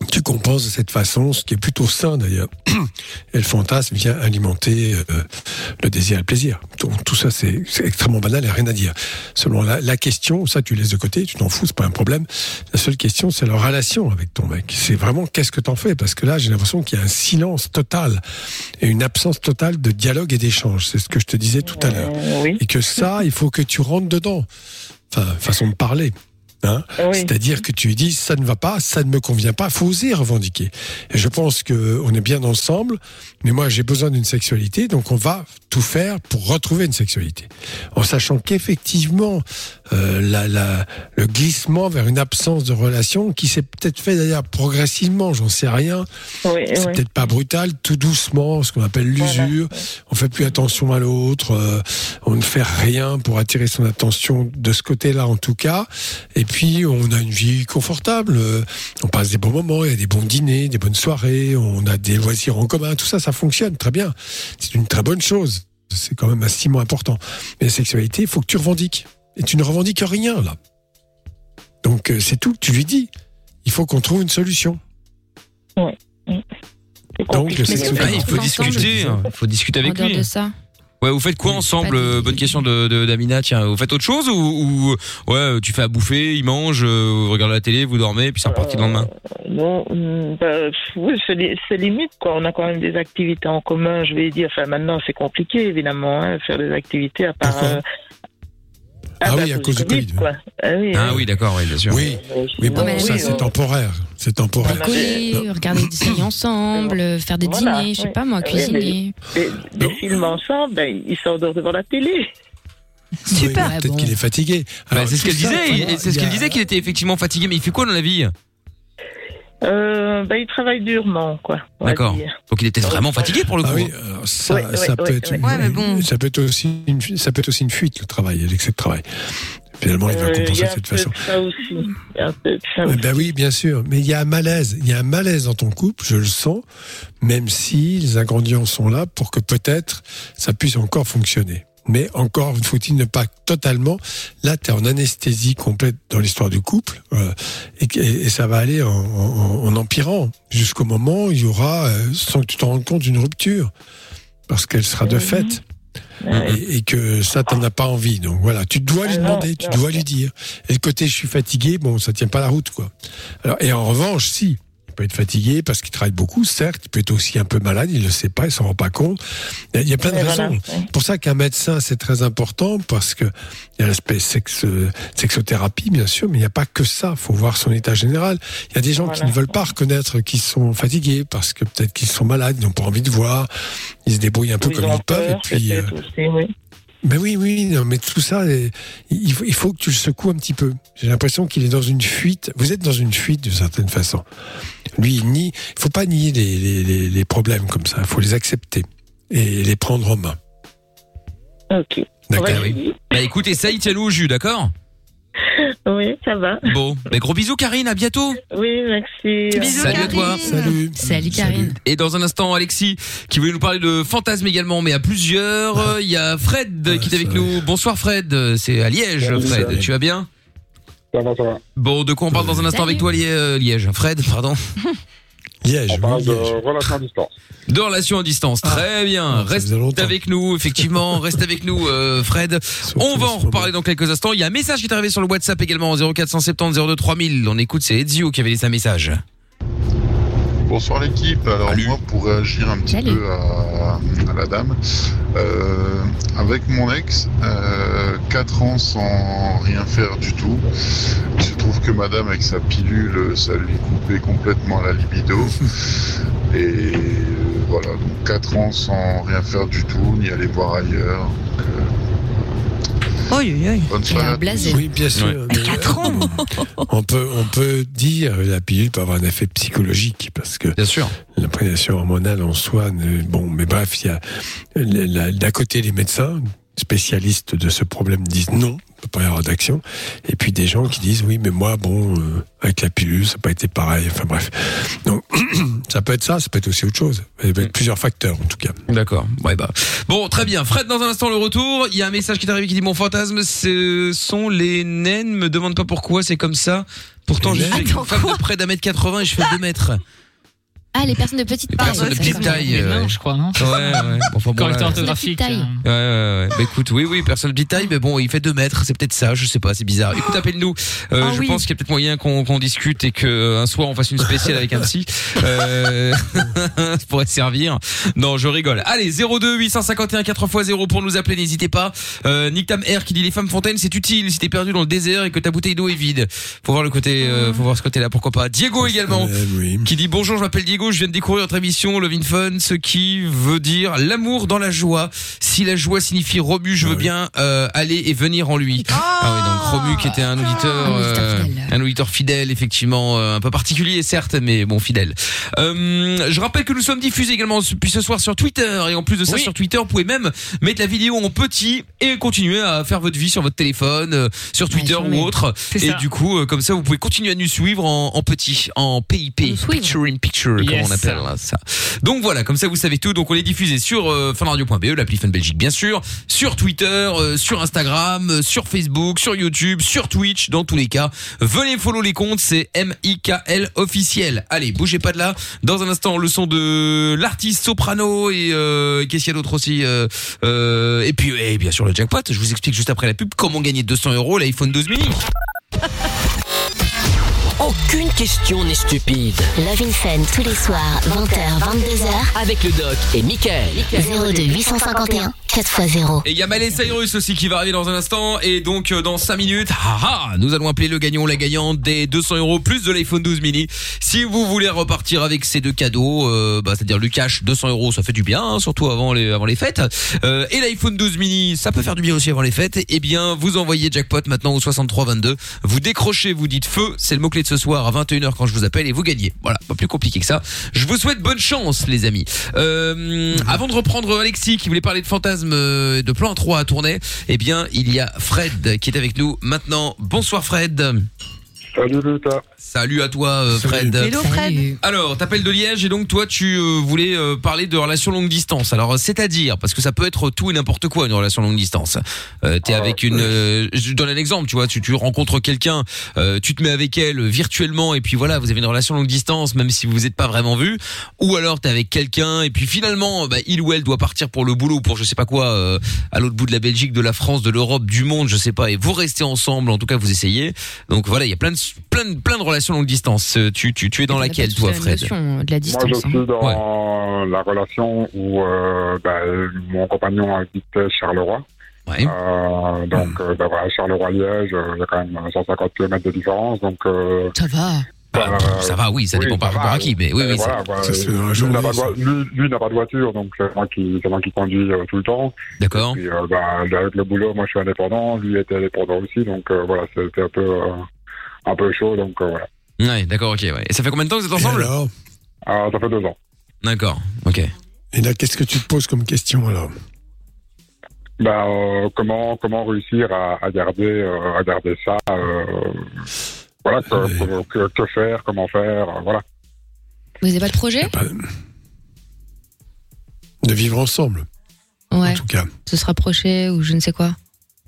tu compenses de cette façon, ce qui est plutôt sain d'ailleurs. Et le fantasme vient alimenter le désir et le plaisir. Donc, tout ça, c'est extrêmement banal et rien à dire. Selon la question, ça tu laisses de côté, tu t'en fous, c'est pas un problème. La seule question, c'est la relation avec ton mec. C'est vraiment qu'est-ce que t'en fais, parce que là, j'ai l'impression qu'il y a un silence total et une absence totale de dialogue et d'échange. C'est ce que je te disais tout à l'heure. Oui. Et que ça, il faut que tu rentres dedans. Enfin, façon de parler. Hein, oui. C'est-à-dire que tu lui dis ça ne va pas, ça ne me convient pas, faut oser revendiquer. Et je pense que on est bien ensemble, mais moi j'ai besoin d'une sexualité, donc on va tout faire pour retrouver une sexualité, en sachant qu'effectivement le glissement vers une absence de relation qui s'est peut-être fait d'ailleurs progressivement, j'en sais rien. Oui, c'est peut-être pas brutal, tout doucement, ce qu'on appelle l'usure. Voilà. On fait plus attention à l'autre, on ne fait rien pour attirer son attention de ce côté-là en tout cas. Et puis on a une vie confortable, on passe des bons moments, il y a des bons dîners, des bonnes soirées, on a des loisirs en commun, tout ça, ça fonctionne très bien. C'est une très bonne chose, c'est quand même intimement important. Mais la sexualité, il faut que tu revendiques. Et tu ne revendiques rien là. Donc c'est tout, tu lui dis. Il faut qu'on trouve une solution. Ouais. Donc il faut discuter, il faut discuter avec lui. De ça. Ouais, vous faites quoi ensemble? Bonne question d'Amina. Tiens, vous faites autre chose ou ouais, tu fais à bouffer, il mange, vous regardez la télé, vous dormez, puis c'est reparti le lendemain? Non, oui, c'est limite quoi. On a quand même des activités en commun, je vais dire. Enfin, maintenant c'est compliqué évidemment, hein, faire des activités à part. Ah oui, à cause du Covid. Quoi. Oui, d'accord, oui, bien sûr. Oui, mais bon, ça c'est temporaire. C'est temporaire. Rigoler, regarder des séries ensemble, faire des dîners, je sais pas moi, cuisiner. Des films ensemble, il s'endort devant la télé. Super. Oui, peut-être qu'il est fatigué. Alors, c'est ce qu'elle disait. C'est ce qu'elle disait qu'il était effectivement fatigué, mais il fait quoi dans la vie? Il travaille durement, quoi. D'accord. Donc il était vraiment fatigué pour le coup. Ah oui, ça peut être. Mais bon. Ça peut être aussi une fuite, le travail, l'excès de travail. Finalement, il va compenser de cette façon. Ça aussi. Ben oui, bien sûr. Mais il y a un malaise. Il y a un malaise dans ton couple, je le sens, même si les ingrédients sont là pour que peut-être ça puisse encore fonctionner. Mais encore faut-il ne pas totalement. Là, tu es en anesthésie complète dans l'histoire du couple, et ça va aller en empirant jusqu'au moment où il y aura, sans que tu t'en rendes compte, une rupture, parce qu'elle sera de fait. Et que ça, t'en as pas envie. Donc voilà, tu dois lui demander, tu dois lui dire. Et le côté je suis fatigué, bon, ça tient pas la route, quoi. Alors, et en revanche, si. Il peut être fatigué parce qu'il travaille beaucoup, certes. Il peut être aussi un peu malade, il ne le sait pas, il s'en rend pas compte. Il y a plein de raisons. C'est pour ça qu'un médecin, c'est très important, parce que il y a l'aspect sexothérapie, bien sûr, mais il n'y a pas que ça. Il faut voir son état général. Il y a des gens qui ne veulent pas reconnaître qu'ils sont fatigués parce que peut-être qu'ils sont malades, ils n'ont pas envie de voir. Ils se débrouillent un peu comme ils peuvent. Et puis, ben oui, non, mais tout ça, il faut que tu le secoues un petit peu. J'ai l'impression qu'il est dans une fuite. Vous êtes dans une fuite d'une certaine façon. Lui, il faut pas nier les problèmes comme ça. Il faut les accepter et les prendre en main. Ok. D'accord. Oui. Bah écoute, essaye, tiens-nous au jus, d'accord? Oui, ça va. Bon, gros bisous Karine, à bientôt. Oui, merci. Bisous, salut Karine. à toi. Salut Karine. Et dans un instant, Alexis qui voulait nous parler de fantasme également, mais à plusieurs. Il y a Fred qui est avec nous. Bonsoir Fred, c'est à Liège. Salut, Fred, salut. Tu vas bien? Ça va. Bon, de quoi on parle dans un instant avec toi, Liège? Fred, pardon. Liège. On parle de relations à distance. De relations à distance, très bien. Reste avec nous, effectivement. Reste avec nous, Fred. On va en reparler dans quelques instants. Il y a un message qui est arrivé sur le WhatsApp également, 0470 02 3000. On écoute, c'est Ezio qui avait laissé un message. Bonsoir l'équipe. Alors Salut. moi, pour réagir un petit peu à la dame, avec mon ex, 4 ans sans rien faire du tout. Il se trouve que madame, avec sa pilule, ça lui coupait complètement la libido. Et voilà, donc 4 ans sans rien faire du tout, ni aller voir ailleurs. Bonne soirée. Oui, bien sûr. 4 ans. On peut dire la pilule peut avoir un effet psychologique parce que bien sûr l'imprégnation hormonale en soi, mais bref, il y a d'un côté les médecins spécialistes de ce problème disent non, il ne peut pas y avoir d'action, et puis des gens qui disent oui, mais moi avec la pilule ça n'a pas été pareil, enfin bref. Donc ça peut être ça peut être aussi autre chose. Il peut être plusieurs facteurs en tout cas. D'accord. Ouais, bon, très bien. Fred, dans un instant le retour. Il y a un message qui est arrivé qui dit mon fantasme, ce sont les naines. Me demande pas pourquoi, c'est comme ça. Pourtant, je suis une femme de près d'1m80 et je fais 2 mètres. Ah, les personnes de petite taille. Les personnes de petite taille. Je crois, non? Ouais. Enfin, correcteur orthographique. Ouais. Bah écoute, oui, personne de petite taille, mais bon, il fait 2 mêtres, c'est peut-être ça, je sais pas, c'est bizarre. Écoute, appelle-nous. Je pense qu'il y a peut-être moyen qu'on discute et que un soir on fasse une spéciale avec un psy. Ça pourrait servir. Non, je rigole. Allez, 02 851 4x0 pour nous appeler, n'hésitez pas. Nick Tam Air qui dit les femmes fontaines, c'est utile si t'es perdu dans le désert et que ta bouteille d'eau est vide. Faut voir le côté, faut voir ce côté-là, pourquoi pas. Diego également, qui dit bonjour, je m'appelle Diego, je viens de découvrir votre émission Love in Fun, ce qui veut dire l'amour dans la joie. Si la joie signifie Romu, je veux bien aller et venir en lui. Ah oui, donc Romu qui était un auditeur fidèle, effectivement, un peu particulier certes, mais bon, fidèle. Je rappelle que nous sommes diffusés également depuis ce soir sur Twitter, et en plus de ça, sur Twitter, vous pouvez même mettre la vidéo en petit et continuer à faire votre vie sur votre téléphone, sur Twitter ou autre. Et du coup, comme ça, vous pouvez continuer à nous suivre en petit, en PIP, picture in picture, comme on appelle ça. Donc voilà, comme ça vous savez tout. Donc on est diffusé sur funradio.be, l'appli Fun Belgique bien sûr, sur Twitter, sur Instagram, sur Facebook, sur YouTube, sur Twitch. Dans tous les cas, venez follow les comptes, c'est MIKL officiel. Allez, bougez pas de là. Dans un instant, le son de l'artiste soprano et qu'est-ce qu'il y a d'autre aussi, et puis bien sûr le jackpot. Je vous explique juste après la pub comment gagner 200 € l'iPhone 12 mini. Aucune question n'est stupide. Love in Fun tous les soirs, 20h, 22h. Avec le doc et Mickaël. 02 851 4x0. Et il y a Miley Cyrus aussi qui va arriver dans un instant. Et donc dans 5 minutes, nous allons appeler le gagnant ou la gagnante des 200 € plus de l'iPhone 12 mini. Si vous voulez repartir avec ces deux cadeaux, c'est-à-dire le cash 200 €, ça fait du bien, hein, surtout avant les fêtes. Et l'iPhone 12 mini, ça peut faire du bien aussi avant les fêtes. Et bien vous envoyez jackpot maintenant au 6322. Vous décrochez, vous dites feu, c'est le mot-clé de ce soir à 21h quand je vous appelle et vous gagnez. Voilà, pas plus compliqué que ça. Je vous souhaite bonne chance les amis. Avant de reprendre Alexis qui voulait parler de fantasmes de plan 3 à tourner, eh bien il y a Fred qui est avec nous maintenant. Bonsoir Fred. Salut Lucas. Salut à toi Fred. Hello Fred. Alors, t'appelles de Liège et donc toi tu voulais parler de relation longue distance. Alors c'est-à-dire, parce que ça peut être tout et n'importe quoi une relation longue distance. T'es avec une je donne un exemple, tu vois, tu rencontres quelqu'un, tu te mets avec elle virtuellement et puis voilà, vous avez une relation longue distance même si vous vous êtes pas vraiment vus, ou alors t'es avec quelqu'un et puis finalement il ou elle doit partir pour le boulot ou pour je sais pas quoi à l'autre bout de la Belgique, de la France, de l'Europe, du monde, je sais pas, et vous restez ensemble, en tout cas vous essayez. Donc voilà, il y a plein de relations longue distance. Tu es dans laquelle toi Fred? De la distance. Moi je suis dans la relation où mon compagnon habite Charleroi. Ouais. Donc voilà, Charleroi-Liège, il y a quand même 150 km de différence, donc ça va. Ça va, oui, ça dépend par rapport à qui, mais oui, voilà, lui n'a pas de voiture, donc c'est moi qui conduis tout le temps. D'accord. Et puis avec le boulot, moi je suis indépendant, lui était indépendant aussi, donc voilà, c'était un peu chaud, donc voilà. Ouais, d'accord, ok, ouais. Et ça fait combien de temps que vous êtes ensemble? Ça fait 2 ans. D'accord, ok. Et là, qu'est-ce que tu te poses comme question alors? Comment réussir à garder ça, voilà, que faire, comment faire, voilà. Vous n'avez pas de projet? De vivre ensemble. Ouais. En tout cas. Se se rapprocher ou je ne sais quoi.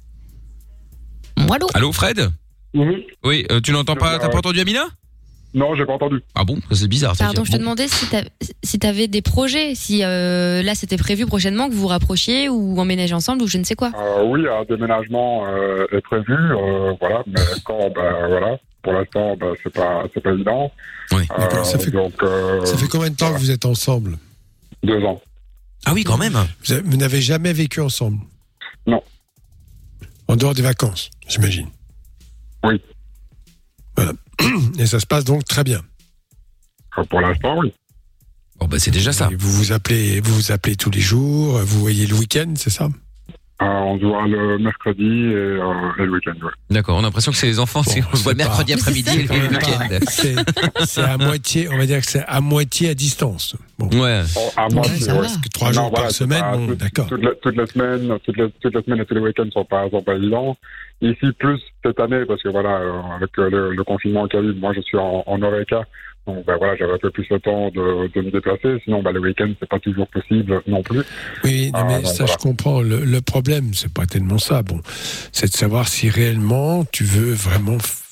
Allô Fred? Oui, tu n'entends pas, t'as pas entendu Amina? Non, j'ai pas entendu. Ah bon, c'est bizarre. Pardon, je te demandais si t'avais des projets, si là c'était prévu prochainement que vous vous rapprochiez ou emménagez ensemble ou je ne sais quoi. Oui, un déménagement est prévu, voilà, mais quand, voilà, pour l'instant, c'est pas évident. Oui. Ça fait combien de temps que vous êtes ensemble? 2 ans. Ah oui, quand même. Vous n'avez jamais vécu ensemble? Non. En dehors des vacances, j'imagine. Oui. Voilà. Et ça se passe donc très bien. Pour l'instant, oui. Bon, c'est déjà ça. Et vous vous appelez tous les jours, vous voyez le week-end, c'est ça? On se voit le mercredi et le week-end, ouais. D'accord, on a l'impression que c'est les enfants, on se voit le mercredi après-midi et le week-end. C'est à moitié, on va dire que c'est à moitié à distance. Bon. Ouais. À moitié, ouais. 3 jours par semaine, d'accord. Toutes les semaines et tous les week-ends sont pas évidents. Ici, plus cette année, parce que voilà, avec le confinement qu'il y a eu, moi je suis en Oreca. Donc voilà, j'avais un peu plus le temps de me déplacer. Sinon, le week-end, c'est pas toujours possible non plus. Oui, mais ça, voilà. Je comprends. Le problème, c'est pas tellement ça. Bon, c'est de savoir si réellement tu veux vraiment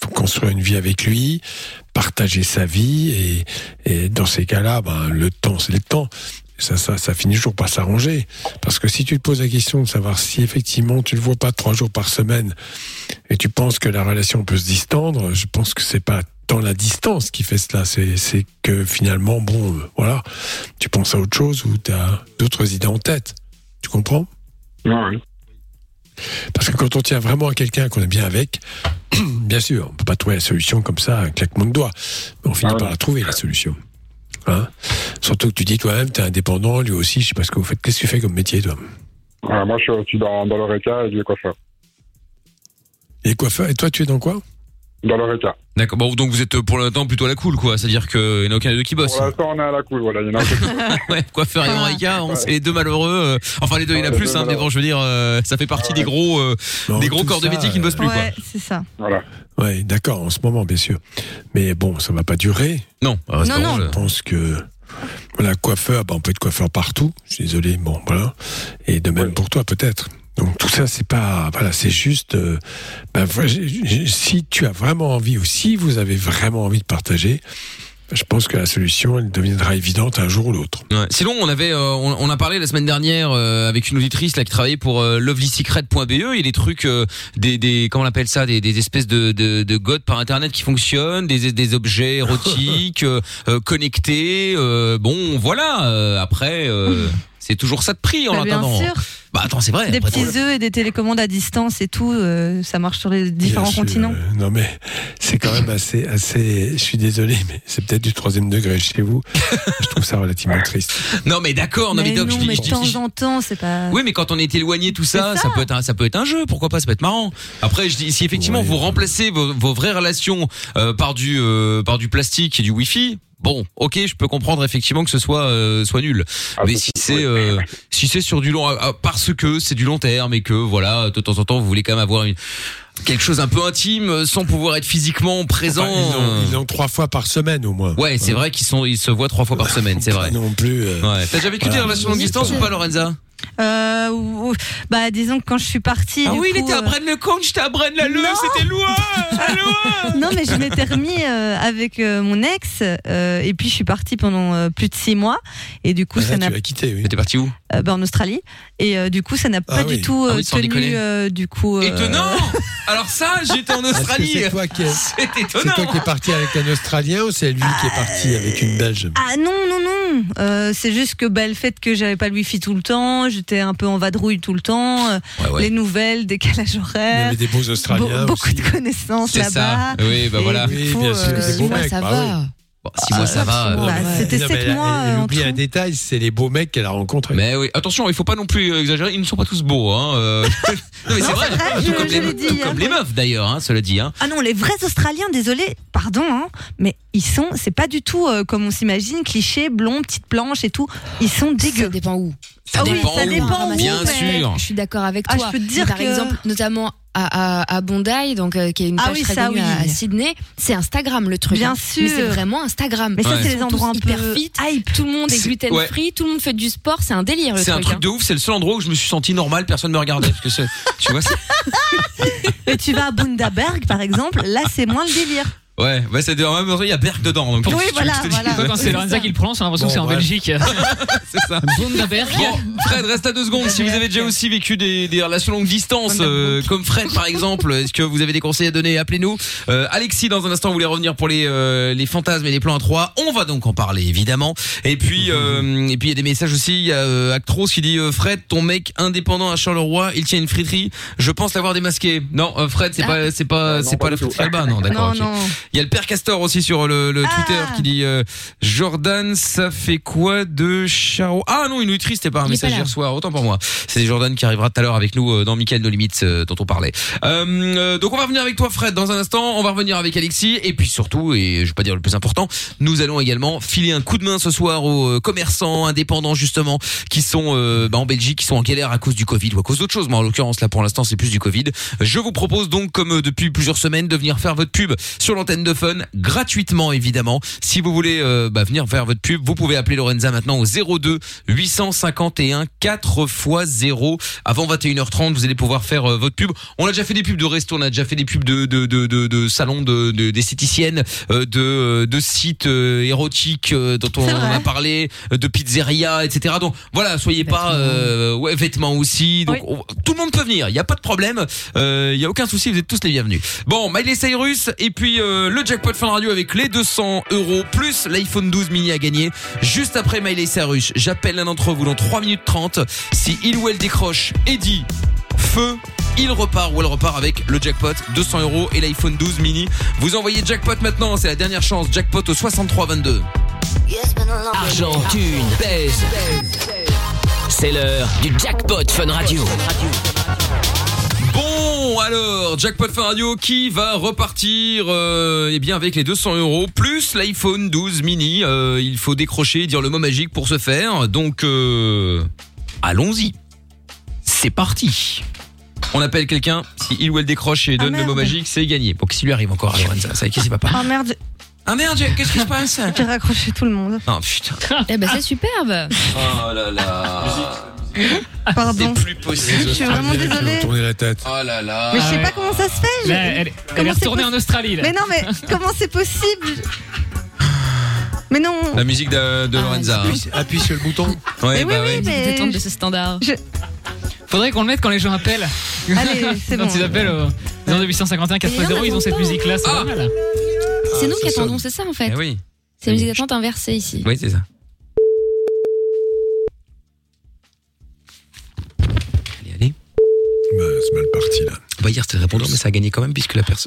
faut construire une vie avec lui, partager sa vie, et dans ces cas-là, le temps, c'est le temps. Ça finit toujours par s'arranger. Parce que si tu te poses la question de savoir si effectivement tu le vois pas 3 jours par semaine et tu penses que la relation peut se distendre, je pense que c'est pas tant la distance qui fait cela, c'est que finalement, voilà, tu penses à autre chose ou tu as d'autres idées en tête. Tu comprends ? Oui. Parce que quand on tient vraiment à quelqu'un qu'on est bien avec, bien sûr, on peut pas trouver la solution comme ça, un claquement de doigts. Mais on finit par la trouver, la solution. Hein? Surtout que tu dis toi-même, t'es indépendant, lui aussi, je sais pas ce que vous faites. Qu'est-ce que tu fais comme métier, toi? Moi, je suis dans l'ORECA et lui est coiffeur. Il est coiffeur, et toi, tu es dans quoi? Dans l'ORECA. D'accord, bon, donc vous êtes pour l'instant plutôt à la cool, quoi. C'est-à-dire qu'il n'y en a aucun des deux qui bosse. Pour l'instant, on est à la cool, voilà. Il y en a un peu. Ouais, coiffeur et Eureka, c'est les deux malheureux. Enfin, les deux, il y en a plus, mais bon, je veux dire, ça fait partie des gros corps de métier qui ne bossent plus, quoi. Ouais, c'est ça. Voilà. Ouais, d'accord, en ce moment, bien sûr. Mais bon, ça va pas durer. Non, non. Je pense que, voilà, coiffeur, on peut être coiffeur partout. Je suis désolé, bon, voilà. Et de même pour toi, peut-être. Donc tout ça, c'est pas, voilà, c'est juste, si tu as vraiment envie ou si vous avez vraiment envie de partager, je pense que la solution, elle deviendra évidente un jour ou l'autre. Ouais. Sinon, on a parlé la semaine dernière avec une auditrice là qui travaillait pour lovelysecret.be. Il y a des trucs, comment on appelle ça, des espèces de godes par internet qui fonctionnent, des objets érotiques connectés. Bon, voilà. Après, c'est toujours ça de prix en attendant. Bien sûr. Bah attends, c'est vrai. Des petits œufs et des télécommandes à distance et tout, ça marche sur les différents continents. Non mais c'est quand même assez. Je suis désolé, mais c'est peut-être du 3e degré chez vous. Je trouve ça relativement triste. Non mais d'accord, non mais Doc, mais de temps en temps, c'est pas. Oui, mais quand on est éloigné, tout ça, ça peut être un jeu. Pourquoi pas, ça peut être marrant. Après, je dis, si effectivement vous remplacez vos vraies relations par du plastique et du Wi-Fi. Bon, ok, je peux comprendre effectivement que ce soit nul. Mais si c'est sur du long, parce que c'est du long terme et que voilà, de temps en temps vous voulez quand même avoir quelque chose un peu intime sans pouvoir être physiquement présent. Enfin, ils ont 3 fois par semaine au moins. Ouais, c'est vrai qu'ils se voient 3 fois par semaine, c'est vrai. Non plus. Ouais. T'as déjà vécu des relations longue distance ou pas, Lorenza? Disons que quand je suis partie. Ah oui, il était à Braine-le-Comte, j'étais à Braine-l'Alleud, c'était loin. Non, mais je m'étais remis avec mon ex, et puis je suis partie pendant plus de 6 mois, et du coup ça n'a. Tu l'as quitté, oui. T'es parti où? En Australie, et du coup ça n'a pas du tout tenu. Du coup. Étonnant. Alors ça, j'étais en Australie. C'est toi qui es parti avec un Australien ou c'est lui qui est parti avec une Belge? Ah non. C'est juste que le fait que j'avais pas le wifi tout le temps, j'étais un peu en vadrouille tout le temps, les nouvelles, décalage horaire. Il y avait des beaux Australiens beaucoup aussi. de connaissances là-bas. Ça. Oui, voilà. Oui, bien sûr. Des beaux mecs, ça va. Oui. Bon, 6 mois, ça va. C'était 7 mois. Elle oublie un détail, c'est les beaux mecs qu'elle a rencontrés. Mais oui, attention, il faut pas non plus exagérer. Ils ne sont pas tous beaux, hein. Non, mais c'est vrai. Tout comme les meufs d'ailleurs, hein, cela dit. Hein. Ah non, les vrais Australiens, désolé, pardon, hein, mais c'est pas du tout comme on s'imagine, cliché, blond, petite planche et tout. Ils sont dégueux. Ça dépend où. Ça dépend où, bien sûr. Je suis d'accord avec toi. Je peux te dire par exemple, notamment à Bondi, donc qui est une plage très connue à Sydney, c'est Instagram le truc. Bien sûr. Mais c'est vraiment Instagram. Mais ça, c'est les endroits un peu hyper fit. Tout le monde est gluten free, tout le monde fait du sport, c'est un délire. C'est un truc de ouf. C'est le seul endroit où je me suis senti normal, personne me regardait. Parce que tu vois. Mais tu vas à Bundaberg, par exemple, là c'est moins le délire. Ouais, c'est en même temps il y a Berg dedans. Donc oui, voilà. Quand c'est Lorenza qui le prononce, on a l'impression que c'est en Belgique. C'est ça. Bundaberg. Bon, Fred, reste à 2 secondes. Si vous avez déjà aussi vécu des relations longue distance, comme Fred par exemple, est-ce que vous avez des conseils à donner? Appelez-nous. Alexis, dans un instant, voulait revenir pour les fantasmes et les plans à 3. On va donc en parler évidemment. Et puis il y a des messages aussi. Il y a Actros qui dit Fred, ton mec indépendant à Charleroi, il tient une friterie. Je pense l'avoir démasqué. Non, Fred, c'est pas la friterie Alba, non, d'accord. Non. Il y a le père Castor aussi sur le Twitter qui dit Jordan, ça fait quoi de Charo? Ah non, une auditrice, c'était pas un message hier soir, autant pour moi. C'est Jordan qui arrivera tout à l'heure avec nous dans Mickaël No Limites dont on parlait. Donc on va revenir avec toi Fred dans un instant, on va revenir avec Alexis et puis surtout, et je vais pas dire le plus important, nous allons également filer un coup de main ce soir aux commerçants indépendants justement qui sont en Belgique, qui sont en galère à cause du Covid ou à cause d'autre chose. Moi en l'occurrence là pour l'instant c'est plus du Covid. Je vous propose donc comme depuis plusieurs semaines de venir faire votre pub sur l'antenne semaine de fun gratuitement évidemment. Si vous voulez venir faire votre pub, vous pouvez appeler Lorenza maintenant au 02 851 4x0 avant 21h30. Vous allez pouvoir faire votre pub. On a déjà fait des pubs de resto, on a déjà fait des pubs de salons d'esthéticiennes, de sites érotiques dont on a parlé, de pizzeria, etc. Donc voilà, soyez pas vêtements aussi. Donc tout le monde peut venir, il y a pas de problème, il y a aucun souci, vous êtes tous les bienvenus. Bon, Miley Cyrus et puis le jackpot Fun Radio avec les 200 € plus l'iPhone 12 mini à gagner. Juste après Miley Cyrus, j'appelle l'un d'entre vous dans 3 minutes 30. Si il ou elle décroche et dit feu, il repart ou elle repart avec le jackpot 200 € et l'iPhone 12 mini. Vous envoyez jackpot maintenant, c'est la dernière chance. Jackpot au 6322. Argent, thune, pèse. C'est l'heure du jackpot Fun Radio. Bon, alors, jackpot Fun Radio qui va repartir avec les 200 € plus l'iPhone 12 mini. Il faut décrocher et dire le mot magique pour ce faire. Donc, allons-y. C'est parti. On appelle quelqu'un. Si il ou elle décroche et donne le mot magique, c'est gagné. Bon, qu'est-ce qui lui arrive encore à Lorenza? Ça, qu'est-ce qui va pas? Oh merde. Ah merde, qu'est-ce qui se passe? J'ai raccroché tout le monde. Oh putain. Eh ben c'est superbe. Oh là là. Pardon. C'est plus possible. Je suis vraiment désolée. Tourner la tête. Oh là là. Mais je sais pas comment ça se fait. Là, elle est retournée en Australie. Là. Mais non, mais comment c'est possible? Mais non. La musique de Lorenza. Appuie sur le bouton. Ouais, mais oui, mais Détente de ce standard. Faudrait qu'on le mette quand les gens appellent. Allez, c'est bon. Quand ils appellent au 0851 4x0, ils ont cette musique-là, c'est pas mal. C'est nous qui attendons, c'est ça en fait. Eh oui. C'est la musique d'attente inversée ici. Oui, c'est ça. Allez. Bah, c'est mal parti là. On va dire c'était le répondeur, mais ça a gagné quand même puisque la personne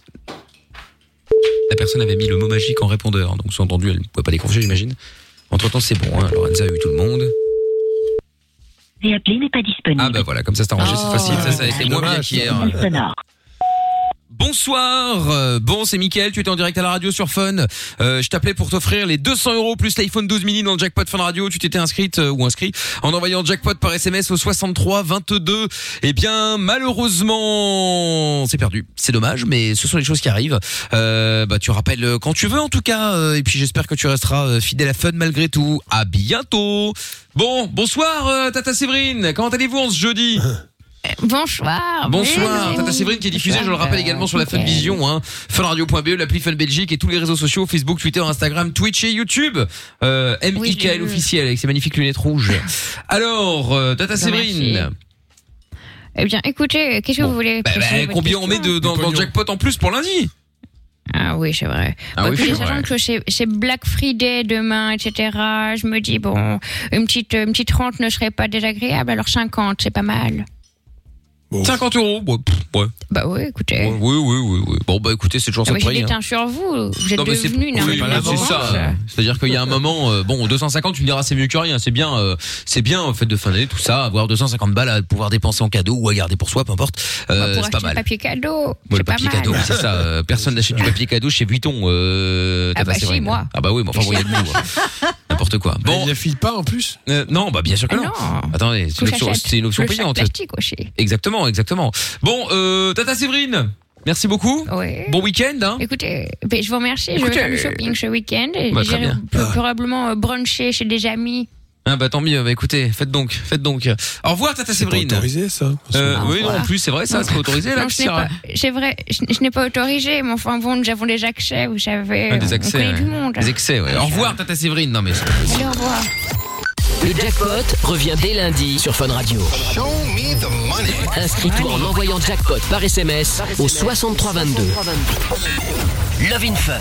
avait mis le mot magique en répondeur. Donc, sous-entendu, elle ne pouvait pas décrocher, j'imagine. Entre-temps, c'est bon, hein. Lorenza a eu tout le monde. Et appelé n'est pas disponible. Ah bah voilà, comme ça c'est arrangé cette fois-ci. Ça a été moins bien qu'hier. Bonsoir, c'est Mickaël, tu étais en direct à la radio sur Fun. Je t'appelais pour t'offrir les 200 € plus l'iPhone 12 mini dans le jackpot Fun Radio. Tu t'étais inscrite ou inscrit en envoyant jackpot par SMS au 63 22. Eh bien, malheureusement, c'est perdu. C'est dommage, mais ce sont les choses qui arrivent. Tu rappelles quand tu veux en tout cas. Et puis j'espère que tu resteras fidèle à Fun malgré tout. À bientôt. Bon, bonsoir Tata Séverine. Comment allez-vous en ce jeudi? Bonsoir. Bonsoir, Tata Séverine qui est diffusée, je le rappelle également sur la Fun Vision, hein, funradio.be, l'appli Fun Belgique et tous les réseaux sociaux, Facebook, Twitter, Instagram, Twitch et YouTube. MIKL officiel avec ses magnifiques lunettes rouges. Alors, Tata Séverine. Eh bien, écoutez, qu'est-ce que vous voulez? Combien on met dans le jackpot en plus pour lundi? Ah oui, c'est vrai. Sachant que c'est Black Friday demain, etc. Je me dis, bon, une petite rente ne serait pas désagréable, alors 50, c'est pas mal. 50 €, ouais. Bah oui, écoutez. Oui. Bon, bah écoutez, c'est toujours ça de prix. J'ai déteint sur vous. Vous êtes devenu une c'est ça. C'est-à-dire qu'il y a un moment, 250, tu me diras, c'est mieux que rien. C'est bien, fête de fin d'année, tout ça, avoir 250 balles à pouvoir dépenser en cadeau ou à garder pour soi, peu importe. C'est pas mal. Le papier cadeau. Le papier cadeau, c'est ça. Personne n'achète du papier cadeau chez Vuitton. Si, moi. Ah bah oui, mais enfin, voyez vous. N'importe quoi. Bon. Il ne file pas en plus? Non, bah bien sûr que non. Attendez, c'est une option payante. Exactement. Bon, Tata Séverine, merci beaucoup. Oui. Bon week-end. Hein. Écoutez, je vous remercie. Je vais faire du shopping ce week-end. J'irai probablement bruncher chez des amis. Ah bah tant mieux. Bah écoutez, faites donc. Au revoir Tata Séverine. C'est autorisé ça? Oui, non, en plus c'est vrai, ça c'est autorisé là. Non, c'est vrai, je n'ai pas autorisé, mais enfin bon, nous avons des accès, vous savez. Des accès, du monde. Des excès, ouais. Au revoir Tata Séverine. Non mais. Allez, au revoir. Le jackpot revient dès lundi sur Fun Radio. Inscris-toi en envoyant jackpot par SMS au 6322. Love in Fun,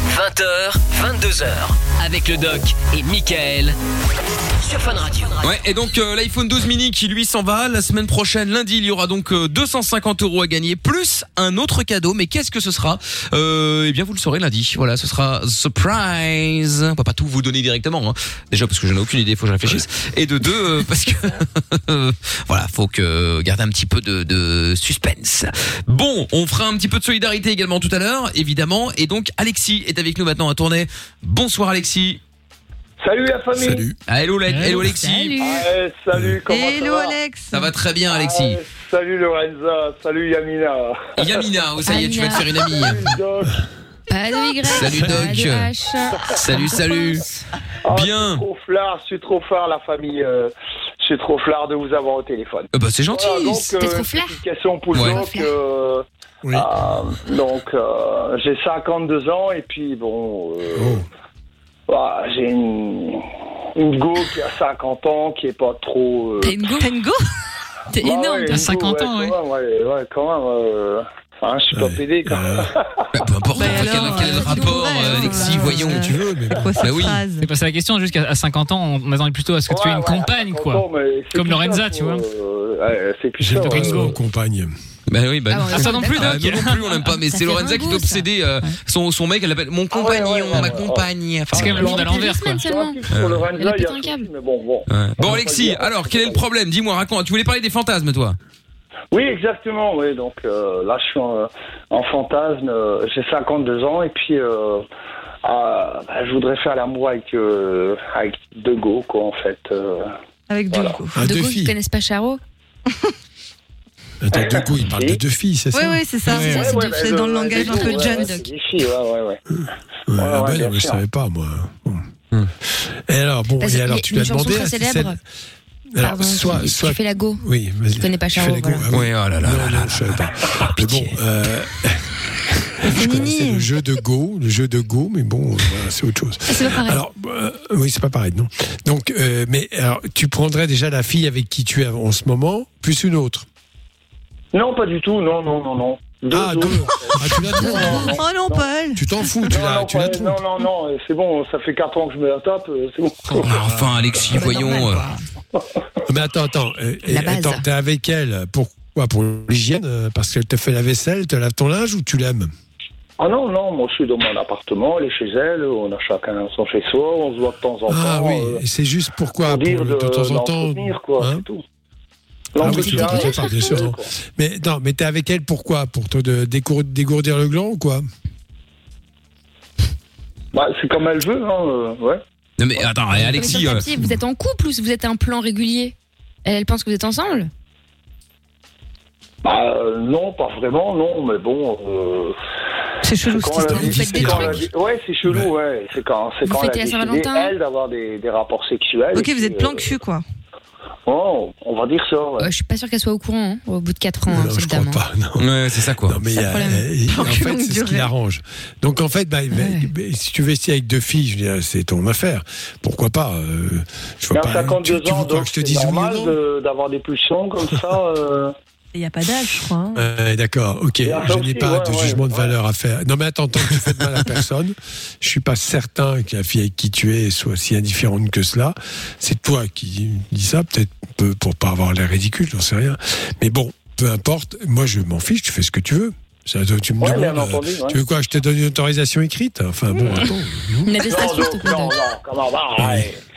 20h, 22h, avec le doc et Mickaël sur Fun Radio. Ouais, et donc l'iPhone 12 mini qui lui s'en va. La semaine prochaine, lundi, il y aura donc 250 € à gagner, plus un autre cadeau. Mais qu'est-ce que ce sera? Eh bien, vous le saurez lundi. Voilà, ce sera surprise. On peut pas tout vous donner directement, hein. Déjà parce que je n'ai aucune idée, faut que je réfléchisse. Et de deux, parce que voilà, faut que garder un petit peu de suspense. Bon, on fera un petit peu de solidarité également tout à l'heure, évidemment. Et donc Alexis est avec nous maintenant à tourner. Bonsoir Alexis. Salut la famille. Salut. Hello Alexis. Salut. Salut, comment ça va? Hello Alex. Ça va très bien Alexis. Salut Lorenza, salut Yamina. Yamina, ça y est, tu vas te faire une amie. Pas de Y. Salut Doc. Salut. Bien. Je suis trop flard, la famille. Je suis trop flard de vous avoir au téléphone. Bah c'est gentil. T'es trop flard. Question pour Doc. Oui. J'ai 52 ans et puis bon. J'ai une go qui a 50 ans, qui est pas trop. T'as une go T'es énorme, t'as 50 ans, ouais, quand même. Enfin, je suis pas pédé, quand même. Peu importe, quel rapport, Alexis, voyons. Tu veux, mais C'est quoi cette phrase ? C'est passé la question jusqu'à 50 ans, on attendait plutôt à ce que tu aies une compagne, quoi. Comme Lorenza, tu vois. C'est plus j'ai ça. une compagne. Bah oui, ça non plus, Doc. Nous non plus, on l'aime pas, mais c'est Lorenza qui est obsédée. Son mec, elle l'appelle mon compagnon, ma compagne. C'est quand même le monde à l'envers, quoi. Bon, Alexis, alors, quel est le problème ? Dis-moi, raconte. Tu voulais parler des fantasmes, toi ? Oui, exactement. Oui, donc là, je suis en fantasme. J'ai 52 ans et puis je voudrais faire l'amour avec deux go, quoi, en fait. Avec deux go. Deux go qui connaissent pas Charo. Attends, deux go, il parle de deux filles, c'est ça ? Oui, c'est ça. C'est dans le langage un peu jeune, Doc. Des filles, je savais pas, moi. Et alors, tu lui as demandé à célèbre. Alors, pardon, tu fais la go. Oui, vas-y. Tu connais pas Charo, voilà. Oui, oh là là. Non, je savais pas. Mais bon, je connaissais le jeu de go, mais bon, voilà, c'est autre chose. C'est pas pareil. Alors, oui, c'est pas pareil, non. Donc, mais alors, tu prendrais déjà la fille avec qui tu es en ce moment, plus une autre ? Non, pas du tout, non. Deux. Tu la trompes. Oh non, Paul. Tu t'en fous, tu la trompes. Non, c'est bon, ça fait 4 ans que je me la tape, c'est bon. Enfin, Alexis, voyons. Mais attends, t'es avec elle, pourquoi ? Pour l'hygiène ? Parce qu'elle te fait la vaisselle, te lave ton linge ou tu l'aimes ? Ah non, moi je suis dans mon appartement, elle est chez elle, on a chacun son chez soi, on se voit de temps en temps. Ah oui, c'est juste pourquoi ? De temps en temps, quoi, c'est tout. Ah oui, tu bien sûr. Mais t'es avec elle pourquoi ? Pour te dégourdir le gland ou quoi ? C'est comme elle veut, ouais. Non mais attends, Alexis... Vous êtes en couple ou vous êtes un plan régulier ? Elle pense que vous êtes ensemble ? Non, pas vraiment, non, mais bon... C'est chelou cette histoire. Vous faites des trucs. Ouais, c'est chelou, ouais. C'est quand vous fêtez la Saint-Valentin, elle, d'avoir des rapports sexuels. Ok, vous êtes plan cul, quoi. Oh, on va dire ça. Ouais. Je suis pas sûr qu'elle soit au courant au bout de 4 ans. Non, je crois pas. Non. Ouais, c'est ça quoi. Non, mais en fait, c'est ce qui l'arrange. Donc en fait, si tu vestis avec deux filles, je veux dire, c'est ton affaire. Pourquoi pas je vois pas. 52 ans, donc je te dise normal d'avoir des pulsions comme ça. Il n'y a pas d'âge, je crois. D'accord, ok. Je n'ai pas de jugement de valeur à faire. Non, mais attends, tant que tu fais de mal à personne, je suis pas certain que la fille avec qui tu es soit si indifférente que cela. C'est toi qui dis ça, peut-être pour pas avoir l'air ridicule, j'en sais rien. Mais bon, peu importe. Moi, je m'en fiche. Tu fais ce que tu veux. Tu me demandes. Tu veux quoi ? Je te donne une autorisation écrite ? Enfin bon, attends. Une attestation, s'il te plaît. Non, comment va ?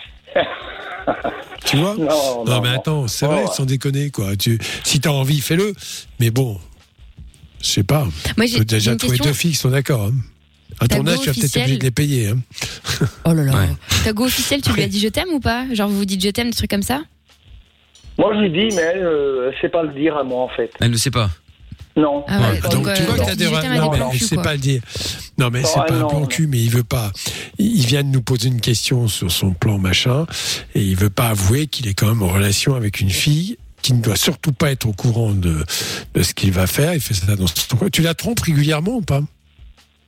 Tu vois ? Non, mais attends, c'est vrai, sans déconner, quoi. Si t'as envie, fais-le. Mais bon, je sais pas. Moi, j'ai déjà trouvé deux filles qui sont d'accord. Hein. À ton âge, tu vas peut-être obligé de les payer. Hein. Oh là là. Ouais. Ta go officielle, tu lui as dit je t'aime ou pas ? Genre, vous vous dites je t'aime, des trucs comme ça ? Moi, je lui dis, mais elle sait pas le dire à moi, en fait. Elle ne sait pas. Non. Ah ouais, donc tu vois que t'as des non, il sait pas le dire. Non, mais c'est pas un plan cul, mais il veut pas. Il vient de nous poser une question sur son plan machin, et il veut pas avouer qu'il est quand même en relation avec une fille qui ne doit surtout pas être au courant de ce qu'il va faire. Il fait ça dans son coin. Tu la trompes régulièrement ou pas ? Pardon ?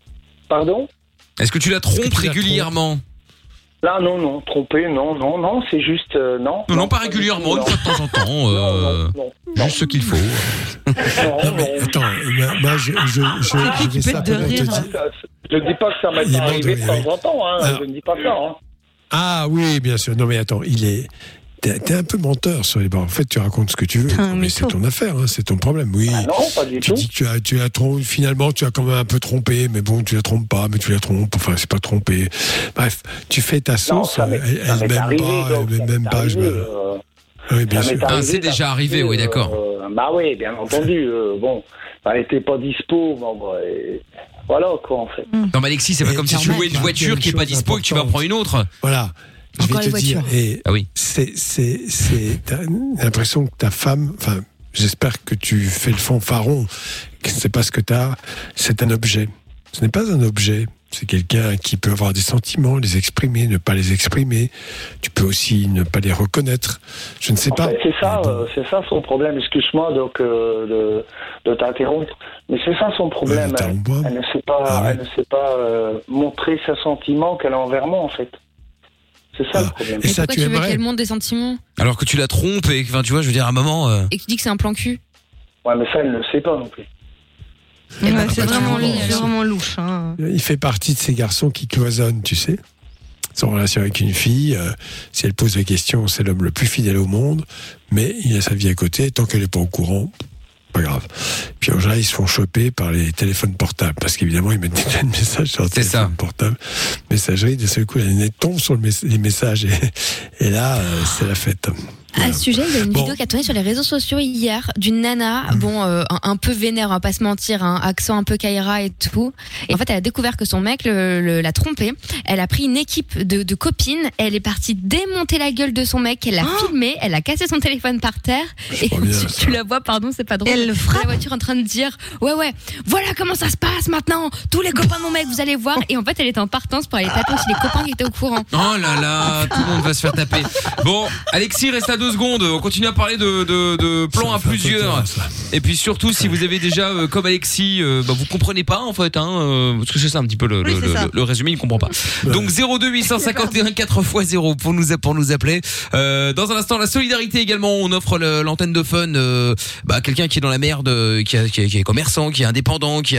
Est-ce que tu la trompes régulièrement ? Là, non, tromper, non, c'est juste, non. Non, pas régulièrement, une fois de temps en temps, juste ce qu'il faut. Non, mais attends, moi, je vais simplement te dire... Je ne dis pas que ça m'est arrivé de temps en temps, je ne dis pas ça. Hein. Ah oui, bien sûr, non mais attends, T'es un peu menteur sur les bords. En fait, tu racontes ce que tu veux. Mais c'est ton affaire, c'est ton problème. Oui. Ah non, pas du tout. Tu dis que tu l'as trompé. Finalement, tu as quand même un peu trompé. Mais bon, tu la trompes pas, mais tu la trompes. Enfin, c'est pas trompé. Bref, tu fais ta sauce. Elle m'aime pas. Oui, bien sûr. C'est déjà arrivé, oui, d'accord. Bah oui, bien entendu. Bon, elle était pas dispo. Voilà, quoi, en fait. Non, mais Alexis, c'est pas comme si tu louais une voiture qui est pas dispo et que tu vas prendre une autre. Voilà. Je vais te dire, t'as l'impression que ta femme, enfin, j'espère que tu fais le fanfaron, que c'est pas ce que t'as, c'est un objet. Ce n'est pas un objet. C'est quelqu'un qui peut avoir des sentiments, les exprimer, ne pas les exprimer. Tu peux aussi ne pas les reconnaître. Je ne sais pas. Fait, c'est ça son problème. Excuse-moi donc de t'interrompre, mais c'est ça son problème. Elle ne sait pas montrer ses sentiments qu'elle a envers moi en fait. C'est ça le problème. Et pourquoi tu veux qu'elle montre des sentiments alors que tu la trompes et enfin tu vois, je veux dire à un moment. Et que tu dis que c'est un plan cul. Ouais, mais ça elle ne le sait pas non plus. Ouais, c'est vraiment louche. Hein. Il fait partie de ces garçons qui cloisonnent, tu sais. Son relation avec une fille, si elle pose des questions, c'est l'homme le plus fidèle au monde, mais il a sa vie à côté, tant qu'elle n'est pas au courant, pas grave. Puis en général, ils se font choper par les téléphones portables, parce qu'évidemment, ils mettent des messages sur le téléphone portable. Messagerie, d'un seul coup, la lunette tombe sur les messages, et là, c'est la fête. À ce sujet, il y a une vidéo qui a tourné sur les réseaux sociaux hier d'une nana, un peu vénère, on va pas se mentir, accent un peu Kaira et tout. Et en fait, elle a découvert que son mec l'a trompée. Elle a pris une équipe de copines, elle est partie démonter la gueule de son mec, elle l'a filmé, elle a cassé son téléphone par terre. Et tu la vois, pardon, c'est pas drôle. Elle le frappe. La voiture en train de dire, ouais, voilà comment ça se passe maintenant. Tous les copains de mon mec, vous allez voir. Et en fait, elle était en partance pour aller taper chez les copains qui étaient au courant. Oh là là, tout le monde va se faire taper. Bon, Alexis, reste à 2 secondes. On continue à parler de plans à plusieurs. Et puis surtout, si vous avez déjà, comme Alexis, vous comprenez pas en fait, parce que c'est ça un petit peu le résumé, il ne comprend pas. Donc 02 851 4x0 pour nous appeler. Dans un instant, la solidarité également. On offre l'antenne de Fun. Quelqu'un qui est dans la merde, qui est commerçant, qui est indépendant, qui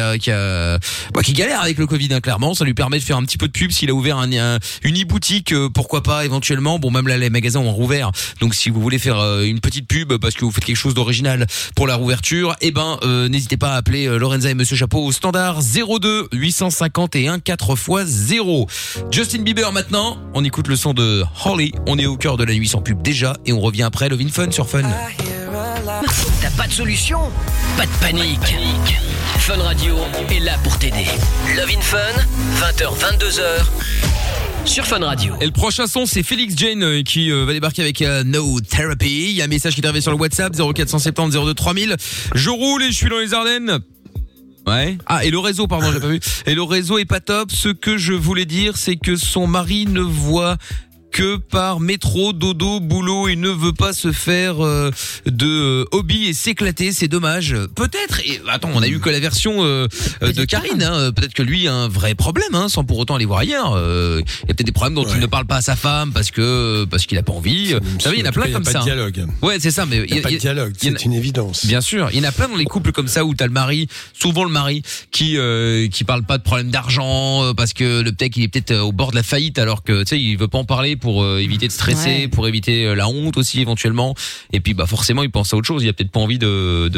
galère avec le Covid, clairement. Ça lui permet de faire un petit peu de pub. S'il a ouvert une e-boutique, pourquoi pas éventuellement. Bon, même là, les magasins ont rouvert. Donc si vous voulez faire une petite pub parce que vous faites quelque chose d'original pour la rouverture, n'hésitez pas à appeler Lorenza et Monsieur Chapeau au standard 02 851 4x0. Justin Bieber maintenant, on écoute le son de Holly, on est au cœur de la nuit sans pub déjà et on revient après Love in Fun sur Fun. T'as pas de solution? Pas de panique. Fun Radio est là pour t'aider. Love in Fun, 20h 22h. Sur Fun Radio. Et le prochain son, c'est Félix Jane qui va débarquer avec No Therapy. Il y a un message qui est arrivé sur le WhatsApp 0470 02 3000. Je roule et je suis dans les Ardennes. Ouais. Ah, et le réseau, pardon, j'ai pas vu. Et le réseau est pas top. Ce que je voulais dire, c'est que son mari ne voit que par métro, dodo, boulot, il ne veut pas se faire de hobby et s'éclater, c'est dommage. Peut-être, et attends, on a eu que la version de Karine, peut-être que lui a un vrai problème, sans pour autant aller voir ailleurs. Il y a peut-être des problèmes dont il ne parle pas à sa femme parce qu'il a pas envie. Vous savez, il y en a plein comme ça. Il n'y a pas de dialogue. Ouais, c'est ça, mais il n'y a pas de dialogue, c'est une évidence. Bien sûr, il y en a plein dans les couples comme ça où t'as le mari, souvent le mari qui parle pas de problème d'argent parce que le mec il est peut-être au bord de la faillite alors que tu sais, il veut pas en parler pour éviter de stresser, pour éviter la honte aussi éventuellement. Et puis forcément il pense à autre chose. Il a peut-être pas envie de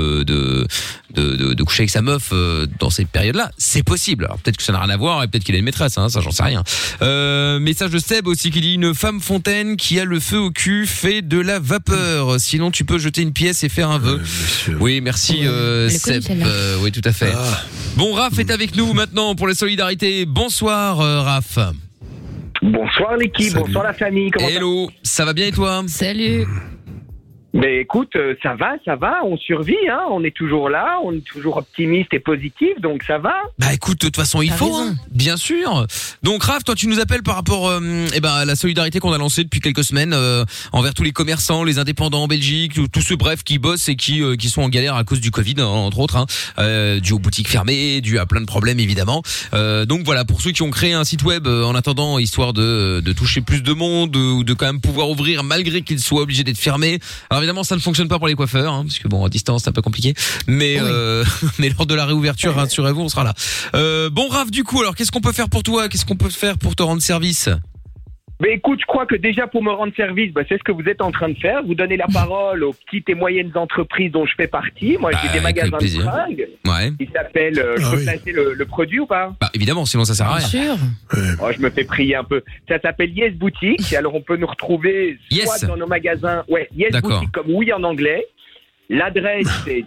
coucher avec sa meuf dans ces périodes-là. C'est possible. Alors peut-être que ça n'a rien à voir et peut-être qu'il a une maîtresse. Ça j'en sais rien. Message de Seb aussi qui dit une femme fontaine qui a le feu au cul fait de la vapeur. Sinon tu peux jeter une pièce et faire un vœu. Oui merci Seb. Oui tout à fait. Bon Raph est avec nous maintenant pour la solidarité. Bonsoir Raph. Bonsoir l'équipe, bonsoir la famille. Hello, ça va bien et toi? Salut. Mais écoute, ça va, on survit, on est toujours là, on est toujours optimiste et positif, donc ça va. Bah écoute, de toute façon il faut, bien sûr. Donc Raph, toi tu nous appelles par rapport à la solidarité qu'on a lancée depuis quelques semaines envers tous les commerçants, les indépendants en Belgique, tous ceux bref qui bossent et qui sont en galère à cause du Covid entre autres, dû aux boutiques fermées, dû à plein de problèmes évidemment. Donc voilà, pour ceux qui ont créé un site web en attendant, histoire de toucher plus de monde ou de quand même pouvoir ouvrir malgré qu'ils soient obligés d'être fermés. Alors évidemment, ça ne fonctionne pas pour les coiffeurs, parce que bon, à distance, c'est un peu compliqué. Mais mais lors de la réouverture, rassurez-vous, on sera là. Bon, Raph, du coup, alors qu'est-ce qu'on peut faire pour toi? Qu'est-ce qu'on peut faire pour te rendre service? Ben écoute, je crois que déjà pour me rendre service, c'est ce que vous êtes en train de faire. Vous donnez la parole aux petites et moyennes entreprises dont je fais partie. Moi, j'ai des magasins de fringues. Ouais. Qui s'appellent. Je peux placer le produit ou pas? Bah évidemment, sinon ça sert à rien. Bien sûr. Oh, je me fais prier un peu. Ça s'appelle Yes Boutique. Alors on peut nous retrouver soit dans nos magasins. Ouais, Yes Boutique comme oui en anglais. L'adresse c'est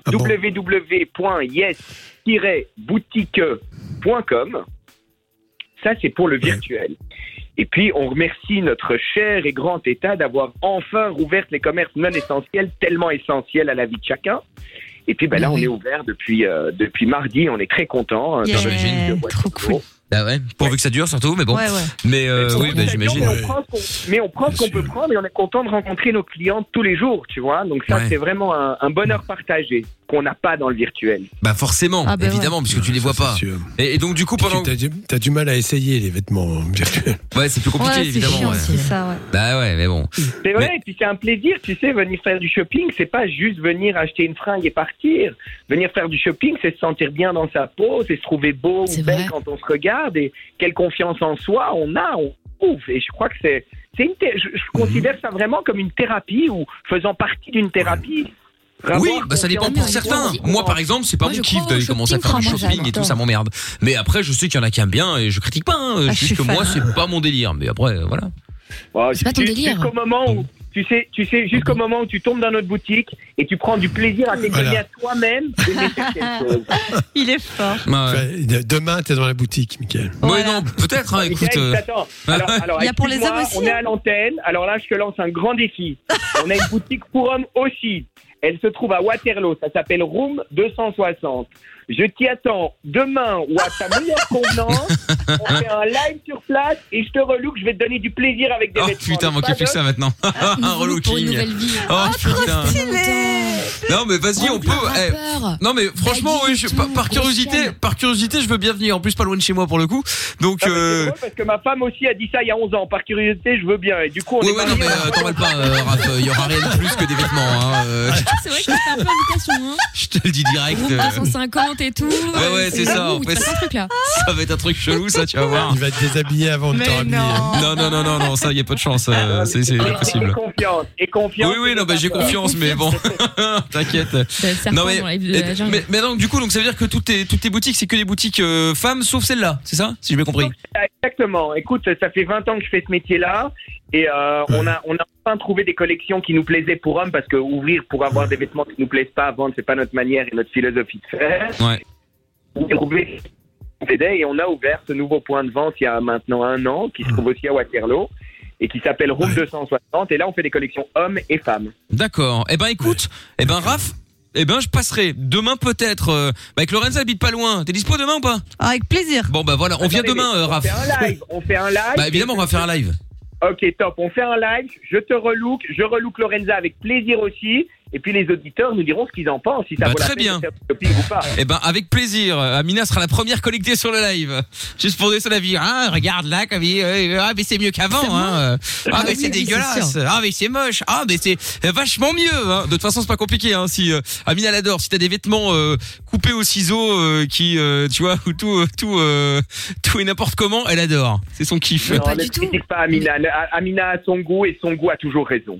www.yes-boutique.com. Ça c'est pour le virtuel. Et puis, on remercie notre cher et grand État d'avoir enfin rouvert les commerces non essentiels, tellement essentiels à la vie de chacun. Et puis là, on est ouvert depuis mardi. On est très contents. Trop cool. Bah ouais, pourvu que ça dure surtout, mais bon. Mais oui, j'imagine. Mais on prend ce qu'on peut prendre et on est content de rencontrer nos clients tous les jours, tu vois. Donc ça, c'est vraiment un bonheur partagé qu'on n'a pas dans le virtuel. Bah forcément, évidemment, puisque tu les vois pas. Et donc du coup, pendant t'as du mal à essayer les vêtements virtuels. Ouais, c'est plus compliqué évidemment. Chiant, c'est ça, Bah ouais, mais bon. C'est vrai, et puis c'est un plaisir, tu sais, venir faire du shopping, c'est pas juste venir acheter une fringue et partir. Venir faire du shopping, c'est se sentir bien dans sa peau, c'est se trouver beau ou belle quand on se regarde, et quelle confiance en soi on trouve. Et je crois que je considère ça vraiment comme une thérapie ou faisant partie d'une thérapie. Oui, ça dépend pour certains. Moi, par exemple, c'est pas mon kiff d'aller commencer à faire du shopping et tout, ça m'emmerde. Mais après, je sais qu'il y en a qui aiment bien et je critique pas. Juste que moi, c'est pas mon délire. Mais après, voilà. C'est pas ton délire. Jusqu'au moment où tu sais, jusqu'au moment où tu tombes dans notre boutique et tu prends du plaisir à t'étonner à toi-même d'aimer quelque chose. Il est fort. Demain, t'es dans la boutique, Mickaël. Oui, non, peut-être, écoute. Attends. Alors, il y a pour les hommes aussi. On est à l'antenne. Alors là, je te lance un grand défi. On a une boutique pour hommes aussi. Elle se trouve à Waterloo. Ça s'appelle Room 260. Je t'y attends demain ou à ta meilleure convenance. On fait un live sur place et je te relook. Je vais te donner du plaisir avec des vêtements. Oh putain, manquait plus que ça maintenant. Un relooking. Oh putain. Non mais vas-y, on peut. Non mais franchement, par curiosité, je veux bien venir. En plus, pas loin de chez moi pour le coup. Donc. C'est drôle parce que ma femme aussi a dit ça il y a 11 ans. Par curiosité, je veux bien. Et du coup, on est. Ouais, non mais t'emballes pas, Raph. Il y aura rien de plus que des vêtements. C'est vrai que c'est un peu invitation. Je te le dis direct. 250 et tout. Ouais, c'est ça. En fait, ça va être un truc chelou, ça, tu vas voir. Il va te déshabiller avant de te rhabiller. Non, ça, y a pas de chance. C'est impossible. Et confiance. Oui, non, j'ai confiance, mais bon, t'inquiète. Non, mais donc, du coup, ça veut dire que toutes tes boutiques, c'est que des boutiques femmes, sauf celle-là, c'est ça, si j'ai bien compris? Exactement. Écoute, ça fait 20 ans que je fais ce métier-là. Et on a enfin trouvé des collections qui nous plaisaient pour hommes, parce que ouvrir pour avoir des vêtements qui nous plaisent pas à vendre, c'est pas notre manière et notre philosophie de faire. Ouais. Et on a ouvert ce nouveau point de vente il y a maintenant 1 an, qui se trouve aussi à Waterloo et qui s'appelle Room 260. Et là, on fait des collections hommes et femmes. D'accord. Écoute, Raph, je passerai demain peut-être. Avec Lorenza, habite pas loin. T'es dispo demain ou pas? Avec plaisir. Bon voilà, on vient demain, Raph. On fait un live. Bah évidemment, on va faire un live. Ok, top. On fait un live. Je te relook. Je relook Lorenza avec plaisir aussi. Et puis les auditeurs nous diront ce qu'ils en pensent, si ça vaut la peine de faire du shopping ou pas. Avec plaisir. Amina sera la première connectée sur le live. Juste pour donner son avis. Regarde là, comme mais c'est mieux qu'avant. Mais c'est dégueulasse. Mais c'est moche. Mais c'est vachement mieux. De toute façon, c'est pas compliqué. Si Amina l'adore. Si t'as des vêtements coupés au ciseau, qui, tu vois, ou tout et n'importe comment, elle adore. C'est son kiff. Non, pas du tout. Pas Amina. Amina a son goût et son goût a toujours raison.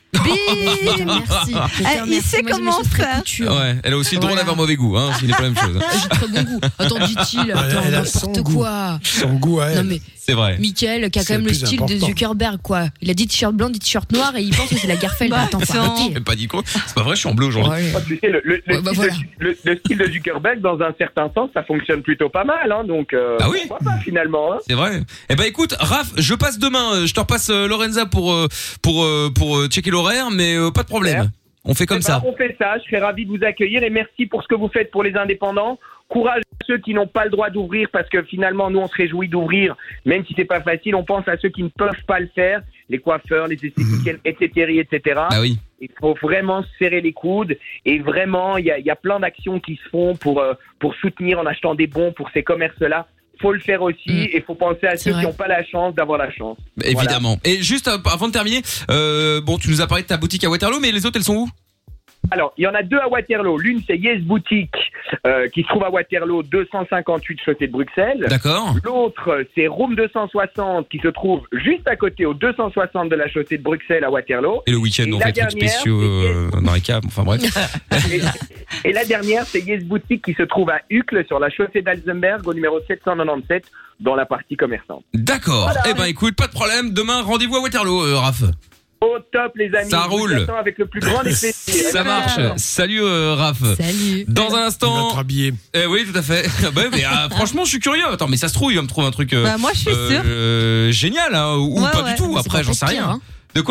Merci. Il sait comment faire. Ouais, elle a aussi le droit d'avoir mauvais goût, ce qui n'est pas la même chose. J'ai très bon goût. Attends, dit-il, n'importe quoi. Son goût à elle. Non mais c'est vrai. Mickaël qui a quand même le style de Zuckerberg, quoi. Il a dit t-shirt blanc, dit t-shirt noir et il pense que c'est la Garfield. Attends, j'ai pas dit quoi. C'est pas vrai, je suis en bleu aujourd'hui. Tu sais, le style de Zuckerberg, dans un certain sens, ça fonctionne plutôt pas mal, donc. Ah oui. Pourquoi pas finalement. C'est vrai. Écoute, Raph, je passe demain. Je te repasse Lorenza pour checker l'horaire, mais pas de problème. On fait comme ça. On fait ça. Je serais ravi de vous accueillir et merci pour ce que vous faites pour les indépendants. Courage à ceux qui n'ont pas le droit d'ouvrir, parce que finalement, nous, on se réjouit d'ouvrir, même si c'est pas facile. On pense à ceux qui ne peuvent pas le faire, les coiffeurs, les esthéticiennes, etc. Ah oui. Il faut vraiment se serrer les coudes et vraiment, il y a plein d'actions qui se font pour soutenir en achetant des bons pour ces commerces-là. Faut le faire aussi et faut penser à ceux qui n'ont pas la chance d'avoir la chance. Évidemment. Voilà. Et juste avant de terminer, tu nous as parlé de ta boutique à Waterloo, mais les autres, elles sont où? Alors, il y en a 2 à Waterloo. L'une, c'est Yes Boutique, qui se trouve à Waterloo, 258 chaussée de Bruxelles. D'accord. L'autre, c'est Room 260, qui se trouve juste à côté, au 260 de la chaussée de Bruxelles à Waterloo. Et le week-end, on fait des trucs spéciaux dans les caves. Enfin bref. et la dernière, c'est Yes Boutique, qui se trouve à Uccle, sur la chaussée d'Alzenberg, au numéro 797, dans la partie commerçante. D'accord. Voilà. Écoute, pas de problème. Demain, rendez-vous à Waterloo, Raph. Au top, les amis. Ça roule. Avec le plus grand des plaisirs. Ça marche. Salut, Raph. Salut. Dans un instant. Il va te rhabiller. Oui, tout à fait. Mais franchement, je suis curieux. Attends, mais ça se trouve, il va me trouver un truc. Moi, je suis sûr. Génial, ou pas du tout. Après, j'en sais rien. De quoi?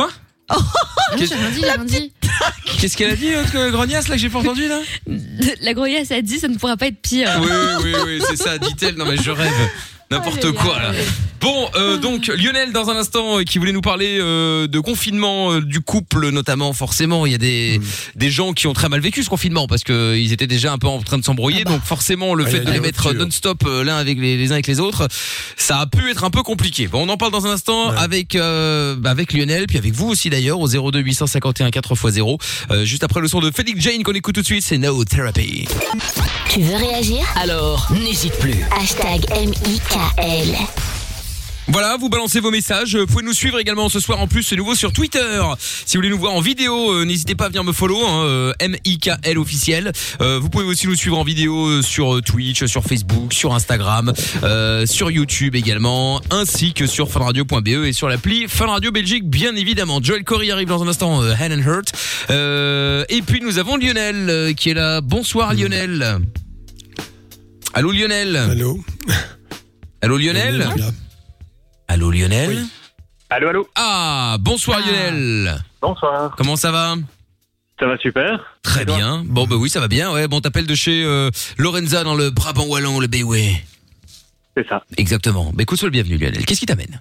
J'ai rien dit. Qu'est-ce qu'elle a dit, l'autre grognasse, là, que j'ai pas entendu, là? La grognasse a dit, ça ne pourra pas être pire. Oui, c'est ça, dit-elle. Non, mais je rêve. N'importe quoi là. Bon, donc Lionel dans un instant qui voulait nous parler de confinement du couple notamment. Forcément, il y a des gens qui ont très mal vécu ce confinement parce que ils étaient déjà un peu en train de s'embrouiller. Donc forcément, le fait de les mettre non-stop l'un avec les uns avec les autres, ça a pu être un peu compliqué. Bon, on en parle dans un instant avec Lionel, puis avec vous aussi d'ailleurs au 02 851 4x0. Juste après le son de Felix Jane qu'on écoute tout de suite, c'est No Therapy. Tu veux réagir? Alors, n'hésite plus. #MIKL. Voilà, vous balancez vos messages. Vous pouvez nous suivre également ce soir en plus, c'est nouveau sur Twitter. Si vous voulez nous voir en vidéo, n'hésitez pas à venir me follow, MIKL officiel. Vous pouvez aussi nous suivre en vidéo sur Twitch, sur Facebook, sur Instagram, sur YouTube également, ainsi que sur funradio.be et sur l'appli Fun Radio Belgique, bien évidemment. Joel Corey arrive dans un instant, Hand and Hurt. Et puis nous avons Lionel qui est là. Bonsoir Lionel. Allô Lionel. Allô Lionel. Allô Lionel. Oui. Allô. Ah, bonsoir Lionel. Bonsoir. Comment ça va? Ça va super. Très bien. Bon bah oui, ça va bien. Ouais, bon, t'appelles de chez Lorenza dans le Brabant wallon, le Béoué. C'est ça. Exactement. Bah écoute, sois le bienvenu Lionel. Qu'est-ce qui t'amène?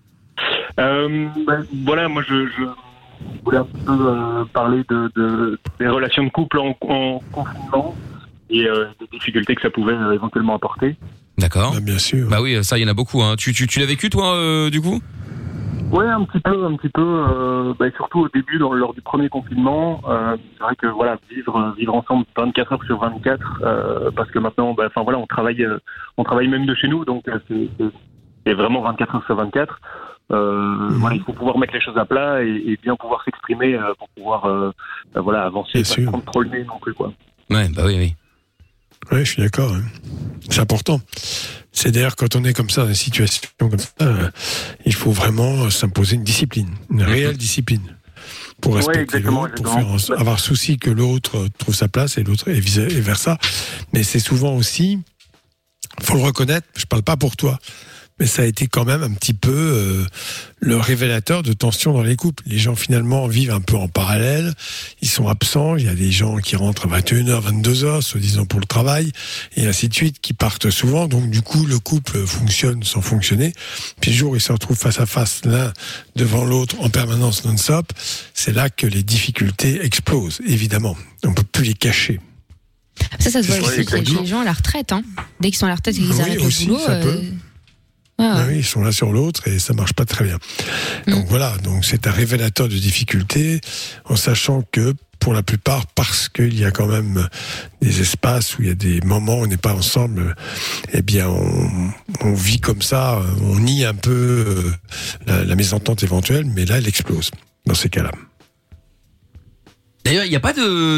Voilà, moi je voulais un peu parler des relations de couple en confinement et des difficultés que ça pouvait éventuellement apporter. D'accord. Bien sûr. Bah oui, ça, il y en a beaucoup. Hein. Tu l'as vécu, toi, du coup? Ouais, un petit peu. Surtout au début, lors du premier confinement, c'est vrai que voilà, vivre ensemble 24 heures sur 24, parce que maintenant, on travaille même de chez nous, donc c'est vraiment 24 heures sur 24. Voilà, il faut pouvoir mettre les choses à plat et bien pouvoir s'exprimer pour pouvoir avancer, pas prendre trop le nez non plus, quoi. Ouais, bah oui. Oui, je suis d'accord. Hein. C'est important. C'est d'ailleurs quand on est comme ça, dans une situation comme ça, il faut vraiment s'imposer une discipline, une réelle discipline, pour respecter l'autre, pour avoir souci que l'autre trouve sa place et l'autre et vice versa. Mais c'est souvent aussi, faut le reconnaître. Je parle pas pour toi. Mais ça a été quand même un petit peu le révélateur de tensions dans les couples. Les gens finalement vivent un peu en parallèle, ils sont absents, il y a des gens qui rentrent à 21h, 22h, soi-disant pour le travail, et ainsi de suite, qui partent souvent, donc du coup le couple fonctionne sans fonctionner, puis le jour où ils se retrouvent face à face l'un devant l'autre en permanence non-stop, c'est là que les difficultés explosent, évidemment, on ne peut plus les cacher. Ça se voit aussi chez les gens à la retraite, hein. Dès qu'ils sont à la retraite et qu'ils arrêtent le boulot... Oui, ils sont l'un sur l'autre et ça marche pas très bien. Donc voilà, donc c'est un révélateur de difficultés, en sachant que pour la plupart, parce qu'il y a quand même des espaces où il y a des moments où on n'est pas ensemble, eh bien on vit comme ça, on nie un peu la mésentente éventuelle, mais là elle explose dans ces cas-là. D'ailleurs, il n'y a pas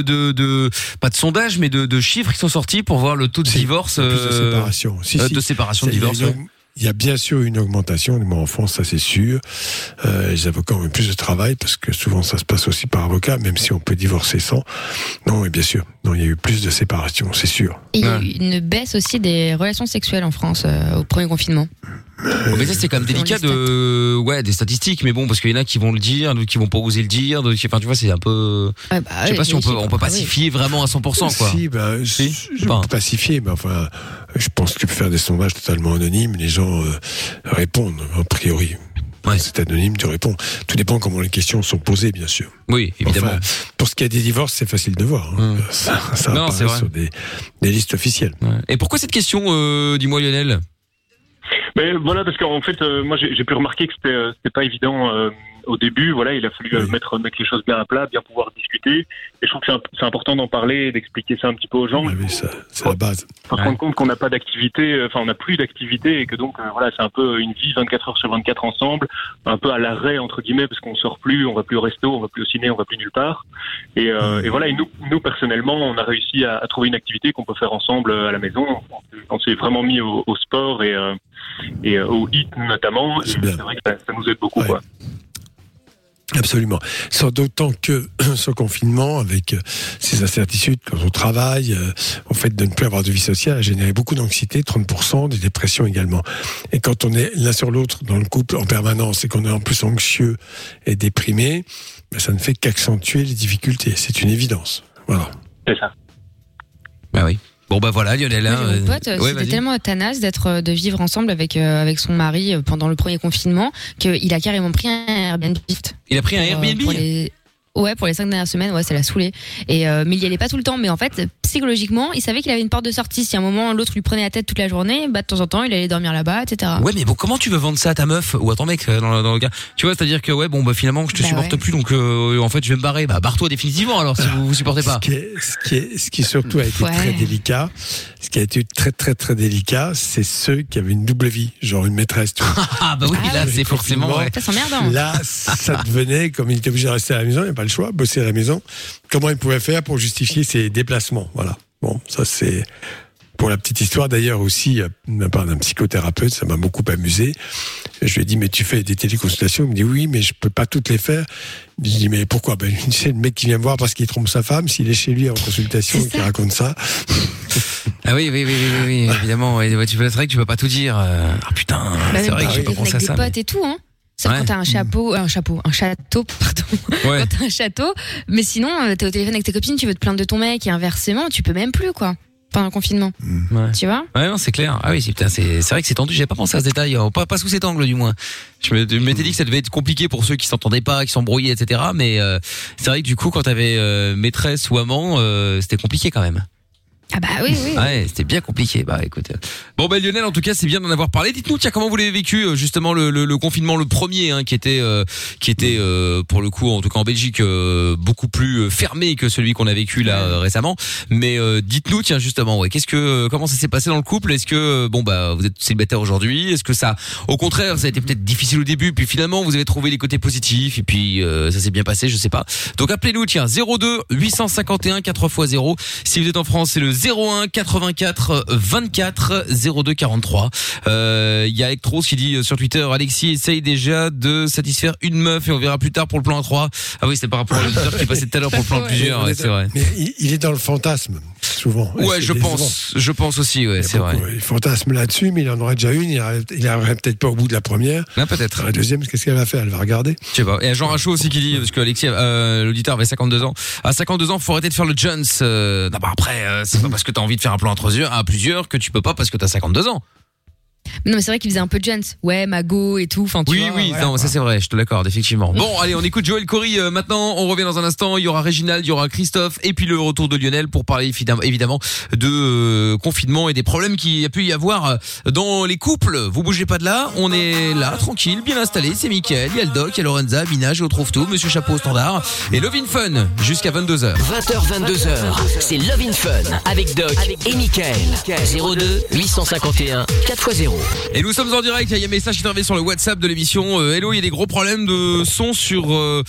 pas de sondage, mais de chiffres qui sont sortis pour voir le taux de divorce, de séparation, de séparation, de divorce. Il y a bien sûr une augmentation, mais en France, ça c'est sûr. Les avocats ont eu plus de travail parce que souvent ça se passe aussi par avocat, même si on peut divorcer sans. Non, et bien sûr, non, il y a eu plus de séparation, c'est sûr. Et il y a eu une baisse aussi des relations sexuelles en France au premier confinement. Mais ça c'est quand même délicat des statistiques, mais bon, parce qu'il y en a qui vont le dire, d'autres qui vont pas oser le dire, enfin tu vois, c'est un peu. Je sais pas si on peut pas s'y fier vraiment à 100%, quoi. Je peux pas s'y fier, mais enfin, je pense que tu peux faire des sondages totalement anonymes, les gens répondent a priori. Ouais. C'est anonyme, tu réponds. Tout dépend comment les questions sont posées, bien sûr. Oui, évidemment. Enfin, pour ce qui est des divorces, c'est facile de voir. Hein. Ça apparaît sur des listes officielles. Ouais. Et pourquoi cette question, dis-moi Lionel? Mais voilà, parce qu'en fait, moi j'ai pu remarquer que c'était pas évident au début. Voilà, il a fallu mettre les choses bien à plat, bien pouvoir discuter. Et je trouve que c'est important d'en parler et d'expliquer ça un petit peu aux gens. Oui, c'est la base. Faut se rendre compte qu'on n'a pas d'activité, on n'a plus d'activité et que donc c'est un peu une vie 24 heures sur 24 ensemble, un peu à l'arrêt entre guillemets, parce qu'on sort plus, on va plus au resto, on va plus au ciné, on va plus nulle part. Et voilà, et nous personnellement, on a réussi à trouver une activité qu'on peut faire ensemble à la maison. On s'est vraiment mis au sport et au HIIT notamment. Et c'est vrai que ça nous aide beaucoup, quoi. Absolument. Sans d'autant que ce confinement, avec ces incertitudes quand on travaille, au fait de ne plus avoir de vie sociale, a généré beaucoup d'anxiété, 30%, des dépressions également. Et quand on est l'un sur l'autre dans le couple en permanence et qu'on est en plus anxieux et déprimé, ben ça ne fait qu'accentuer les difficultés. C'est une évidence. Voilà. C'est ça. Bah oui. Bon bah voilà Lionel. Mon pote, c'était tellement tanasse de vivre ensemble avec son mari pendant le premier confinement qu'il a carrément pris un Airbnb. Il a pris un Airbnb. Pour les 5 dernières semaines, ça l'a saoulé. Mais il y allait pas tout le temps. Mais en fait, psychologiquement, il savait qu'il avait une porte de sortie. Si à un moment l'autre lui prenait la tête toute la journée, de temps en temps, il allait dormir là-bas, etc. Ouais, mais bon, comment tu veux vendre ça à ta meuf ou à ton mec dans le cas? Tu vois, c'est-à-dire que finalement, je te supporte plus, donc en fait, je vais me barrer. Bah, barre-toi définitivement alors si vous supportez pas. Ce qui surtout a été très délicat, ce qui a été très très très délicat, c'est ceux qui avaient une double vie, genre une maîtresse. Tu vois. Là, c'est forcément. Ça s'emmerdant. Là, ça devenait comme il était obligé de rester à la maison. Le choix, bosser à la maison. Comment il pouvait faire pour justifier ses déplacements? Voilà. Bon, ça c'est pour la petite histoire. D'ailleurs aussi, de la part d'un psychothérapeute, ça m'a beaucoup amusé. Je lui ai dit, mais tu fais des téléconsultations? Il me dit, oui, mais je peux pas toutes les faire. Je lui ai dit, mais pourquoi? C'est le mec qui vient me voir parce qu'il trompe sa femme. S'il est chez lui en consultation et qu'il raconte ça. Ah oui, évidemment. C'est vrai que tu peux pas tout dire. Putain, c'est vrai que j'ai pas pensé à ça. Avec des potes et tout, hein. Sauf quand t'as un château, pardon. Ouais. Quand t'as un château, mais sinon, t'es au téléphone avec tes copines, tu veux te plaindre de ton mec et inversement, tu peux même plus, quoi. Pendant le confinement. Ouais. Tu vois? Ouais, non, c'est clair. Ah oui, c'est vrai que c'est tendu. J'avais pas pensé à ce détail. Pas sous cet angle, du moins. Je m'étais dit que ça devait être compliqué pour ceux qui s'entendaient pas, qui s'embrouillaient, etc. Mais, c'est vrai que du coup, quand t'avais, maîtresse ou amant, c'était compliqué quand même. Ah bah oui. Ouais, c'était bien compliqué. Bah écoute. Bon bah Lionel, en tout cas, c'est bien d'en avoir parlé. Dites-nous, comment vous l'avez vécu justement le confinement, le premier, qui était pour le coup, en tout cas en Belgique, beaucoup plus fermé que celui qu'on a vécu là récemment. Mais dites-nous, justement, comment ça s'est passé dans le couple? Est-ce que vous êtes célibataire aujourd'hui? Est-ce que ça, au contraire, ça a été peut-être difficile au début, puis finalement vous avez trouvé les côtés positifs et puis ça s'est bien passé, je sais pas. Donc appelez-nous, 02 851 4x0. Si vous êtes en France, c'est le 01 84 24 02 43. Il y a Electros qui dit sur Twitter, Alexis essaye déjà de satisfaire une meuf et on verra plus tard pour le plan 3. Ah oui, c'est par rapport à l'auditeur qui est passé tout à l'heure pour le plan plusieurs, c'est vrai. Mais il est dans le fantasme, souvent. Ouais, je pense aussi, c'est vrai. Il fantasme là-dessus, mais il en aurait déjà une, il arriverait peut-être pas au bout de la première. Ah, peut-être. La deuxième, qu'est-ce qu'elle va faire? Elle va regarder. Je sais pas. Et Jean Rachaud aussi qui dit, parce que Alexis, l'auditeur avait 52 ans. À 52 ans, faut arrêter de faire le Jones. Après, c'est pas parce que t'as envie de faire un plan à plusieurs que tu peux pas parce que t'as 52 ans. Non, mais c'est vrai qu'il faisait un peu de Jones. Ouais, Mago et tout. Enfin, oui, non, ça c'est vrai, je te l'accorde, effectivement. Bon, allez, on écoute Joël Corry maintenant. On revient dans un instant. Il y aura Réginald, il y aura Christophe, et puis le retour de Lionel pour parler évidemment de confinement et des problèmes qu'il y a pu y avoir dans les couples. Vous bougez pas de là, on est là, tranquille, bien installé. C'est Mickaël, il y a le Doc, il y a Lorenza, Mina, je retrouve tout, Monsieur Chapeau au standard, et Love in Fun jusqu'à 22h. 20h, 22h, c'est Love in Fun avec Doc et Mickaël. 02 851 4x0. Et nous sommes en direct, il y a un message qui est arrivé sur le WhatsApp de l'émission. Hello, il y a des gros problèmes de son sur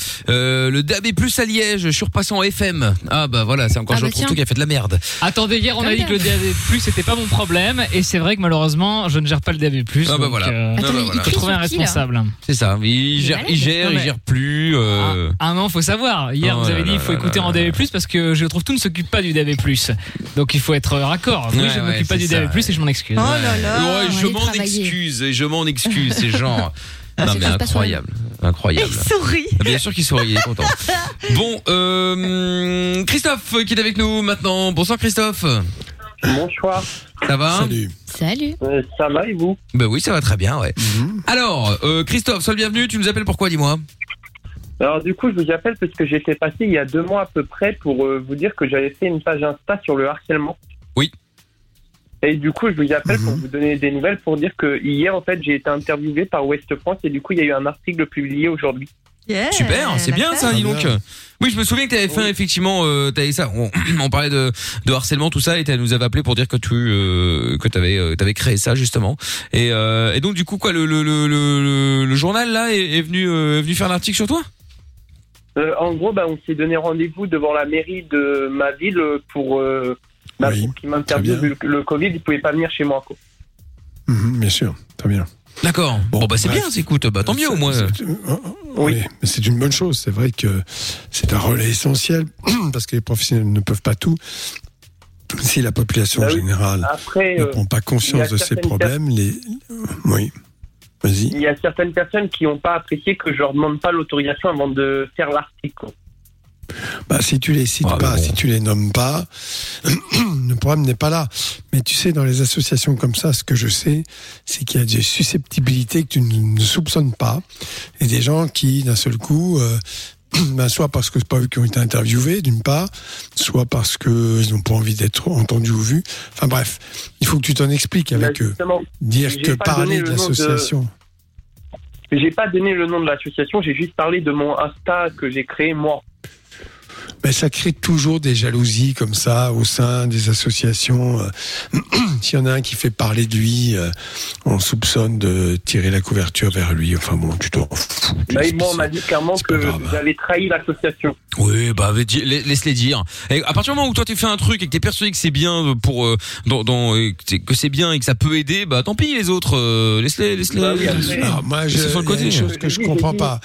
le DAB+ à Liège, je suis repassé en FM. Ah bah voilà, c'est encore Jean-Trouve qui a fait de la merde. Attendez, hier on a dit que le DAB+ c'était pas mon problème, et c'est vrai que malheureusement je ne gère pas le DAB+. Ah bah voilà. Il faut trouver un responsable. C'est ça, il gère plus. Non, faut savoir. Hier vous avez dit il faut écouter en DAB+, parce que je trouve tout ne s'occupe pas du DAB+. Donc il faut être raccord. Oui, je ne m'occupe pas du DAB+, et je m'en excuse. Oh là là. Ouais, je m'en excuse, c'est genre. Non mais incroyable. Il sourit. Bien sûr qu'il sourit, il est content. Bon, Christophe qui est avec nous maintenant. Bonsoir Christophe. Bonsoir. Ça va? Salut. Ça va et vous? Bah oui, ça va très bien, ouais. Alors, Christophe, sois le bienvenu. Tu nous appelles pourquoi, dis-moi? Alors du coup, je vous appelle parce que j'ai fait passer il y a 2 mois à peu près pour vous dire que j'avais fait une page Insta sur le harcèlement. Oui. Et du coup, je vous appelle pour vous donner des nouvelles, pour dire que hier, en fait, j'ai été interviewé par Ouest France et du coup, il y a eu un article publié aujourd'hui. Yeah, super, c'est bien ça, dis donc. Oui, je me souviens que tu avais fait effectivement, t'avais ça. On parlait de harcèlement, tout ça, et tu nous avais appelé pour dire que t'avais créé ça justement. Et donc du coup quoi, le journal là est venu faire un article sur toi. En gros, on s'est donné rendez-vous devant la mairie de ma ville pour qu'il m'interviewe. Le Covid, il pouvait pas venir chez moi, quoi. Bien sûr, très bien. D'accord. Bon, bah c'est bien, écoute, bah tant mieux au moins. Oui, mais c'est une bonne chose. C'est vrai que c'est un relais essentiel parce que les professionnels ne peuvent pas tout. Si la population générale ne prend pas conscience de ces problèmes, oui. Vas-y. Il y a certaines personnes qui n'ont pas apprécié que je leur demande pas l'autorisation avant de faire l'article. Bah, si tu les cites pas, si tu les nommes pas, le problème n'est pas là. Mais tu sais, dans les associations comme ça, ce que je sais, c'est qu'il y a des susceptibilités que tu ne soupçonnes pas. Et des gens qui, d'un seul coup, soit parce que c'est pas eux qui ont été interviewés, d'une part, soit parce qu'ils n'ont pas envie d'être entendus ou vus. Enfin bref, il faut que tu t'en expliques avec eux. Dire que parler de l'association... J'ai pas donné le nom de l'association, j'ai juste parlé de mon Insta que j'ai créé moi. Ben, ça crée toujours des jalousies comme ça au sein des associations. S'il y en a un qui fait parler de lui, on soupçonne de tirer la couverture vers lui. Enfin bon, tu t'en fous. Moi, on m'a dit clairement que j'avais trahi l'association. Oui, bah laisse-les dire. Et à partir du moment où toi tu fais un truc et que t'es persuadé que c'est bien pour que c'est bien et que ça peut aider, bah tant pis les autres, laisse-les. Moi, il y a une chose que je comprends pas.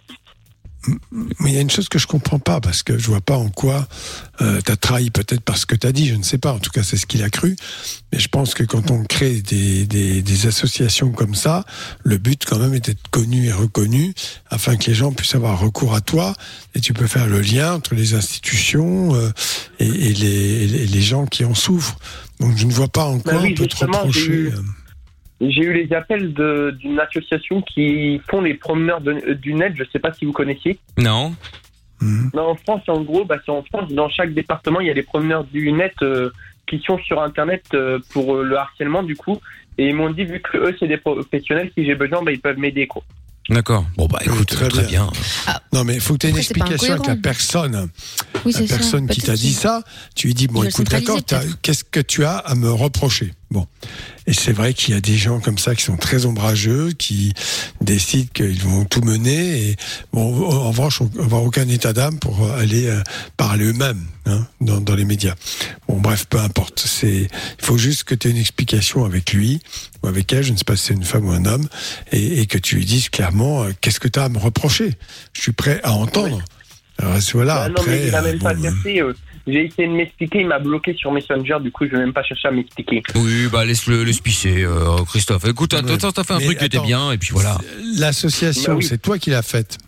Mais il y a une chose que je comprends pas, parce que je vois pas en quoi t'as trahi, peut-être parce que t'as dit, je ne sais pas, en tout cas c'est ce qu'il a cru, mais je pense que quand on crée des associations comme ça, le but quand même est d'être connu et reconnu, afin que les gens puissent avoir recours à toi, et tu peux faire le lien entre les institutions et les gens qui en souffrent. Donc je ne vois pas en quoi on peut te reprocher... J'ai eu les appels d'une association qui font les promeneurs du net, je ne sais pas si vous connaissiez. Non. Non, en France, en gros, c'est en France, dans chaque département, il y a des promeneurs du net qui sont sur Internet pour le harcèlement, du coup. Et ils m'ont dit, vu que eux, c'est des professionnels, si j'ai besoin, ils peuvent m'aider, quoi. D'accord. Bon, bah écoute, très bien. Non, mais il faut que tu aies une explication avec la personne. La personne qui t'a dit ça, tu lui dis, bon, écoute, d'accord, qu'est-ce que tu as à me reprocher? Bon. Et c'est vrai qu'il y a des gens comme ça qui sont très ombrageux, qui décident qu'ils vont tout mener. Et bon, en revanche, on va avoir aucun état d'âme pour aller parler eux-mêmes dans les médias. Bon, bref, peu importe. Il faut juste que tu aies une explication avec lui ou avec elle, je ne sais pas si c'est une femme ou un homme, et que tu lui dises clairement qu'est-ce que tu as à me reprocher. Je suis prêt à entendre. Alors, voilà, non, mais il n'a même pas cherché. J'ai essayé de m'expliquer, il m'a bloqué sur Messenger, du coup je vais même pas chercher à m'expliquer. Oui, bah laisse-le pisser, Christophe. Écoute, t'as fait un truc qui était bien, et puis voilà. L'association, c'est toi qui l'as faite?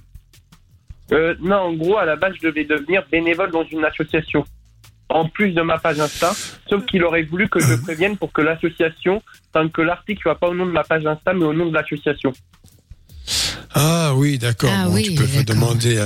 Non, en gros, à la base, je devais devenir bénévole dans une association, en plus de ma page Insta, sauf qu'il aurait voulu que je prévienne pour que l'association, tant que l'article soit pas au nom de ma page Insta, mais au nom de l'association. Ah oui, d'accord. Tu peux demander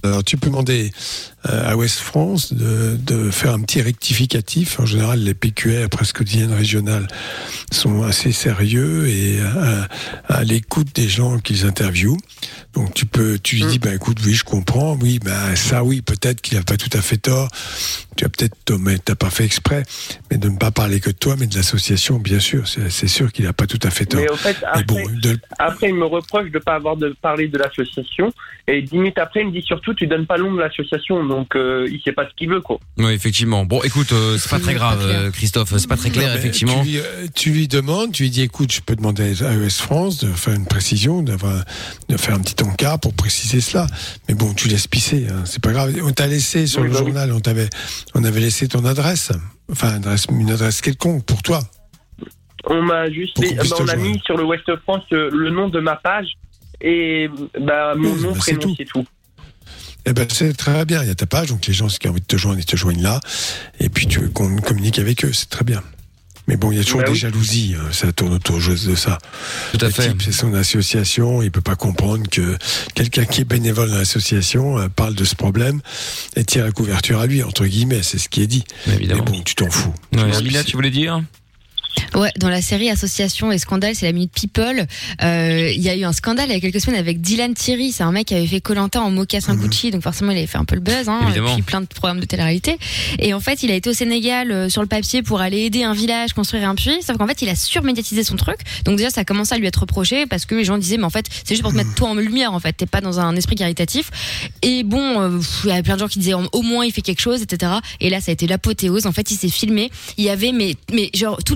à Ouest France de faire un petit rectificatif. En général, les PQR, presse quotidienne régionale, sont assez sérieux et à l'écoute des gens qu'ils interviewent. Donc tu lui dis, écoute, oui, je comprends, oui, ça, oui, peut-être qu'il n'a pas tout à fait tort. Tu as peut-être, mais t'as pas fait exprès, mais de ne pas parler que de toi, mais de l'association, bien sûr. C'est sûr qu'il n'a pas tout à fait tort. Mais au fait, après, il me reproche de pas avoir parlé de l'association, et 10 minutes après, il me dit surtout, tu donnes pas le nom de l'association, donc il sait pas ce qu'il veut, quoi. Oui, effectivement. Bon, écoute, c'est pas très grave, Christophe, c'est pas très clair, effectivement. Tu lui demandes, tu lui dis, écoute, je peux demander à ES France de faire une précision, de faire un petit encart pour préciser cela. Mais bon, tu laisses pisser, c'est pas grave. On t'a laissé sur le journal, on avait laissé ton adresse, enfin une adresse quelconque pour toi. On m'a juste on a mis sur le Ouest France le nom de ma page et mon nom, prénom, c'est tout. Eh ben c'est très bien, il y a ta page, donc les gens qui ont envie de te joindre, ils te joignent là, et puis tu communiques avec eux, c'est très bien. Mais bon, il y a toujours des jalousies, ça tourne autour de ça. Tout à fait. C'est son association, il peut pas comprendre que quelqu'un qui est bénévole dans l'association parle de ce problème et tire la couverture à lui, entre guillemets, c'est ce qui est dit. Mais bon, tu t'en fous. Amina, tu voulais dire ? Ouais, dans la série Association et Scandale, c'est la Minute People. Il y a eu un scandale il y a quelques semaines avec Dylan Thierry. C'est un mec qui avait fait Koh-Lanta en mocassin Gucci, donc forcément il avait fait un peu le buzz, et puis plein de programmes de télé-réalité. Et en fait, il a été au Sénégal sur le papier pour aller aider un village, construire un puits. Sauf qu'en fait, il a surmédiatisé son truc. Donc déjà, ça a commencé à lui être reproché parce que les gens disaient, mais en fait, c'est juste pour te mettre toi en lumière. En fait, t'es pas dans un esprit caritatif. Et bon, il y avait plein de gens qui disaient, au moins il fait quelque chose, etc. Et là, ça a été l'apothéose. En fait, il s'est filmé. Il y avait mais genre toute la ville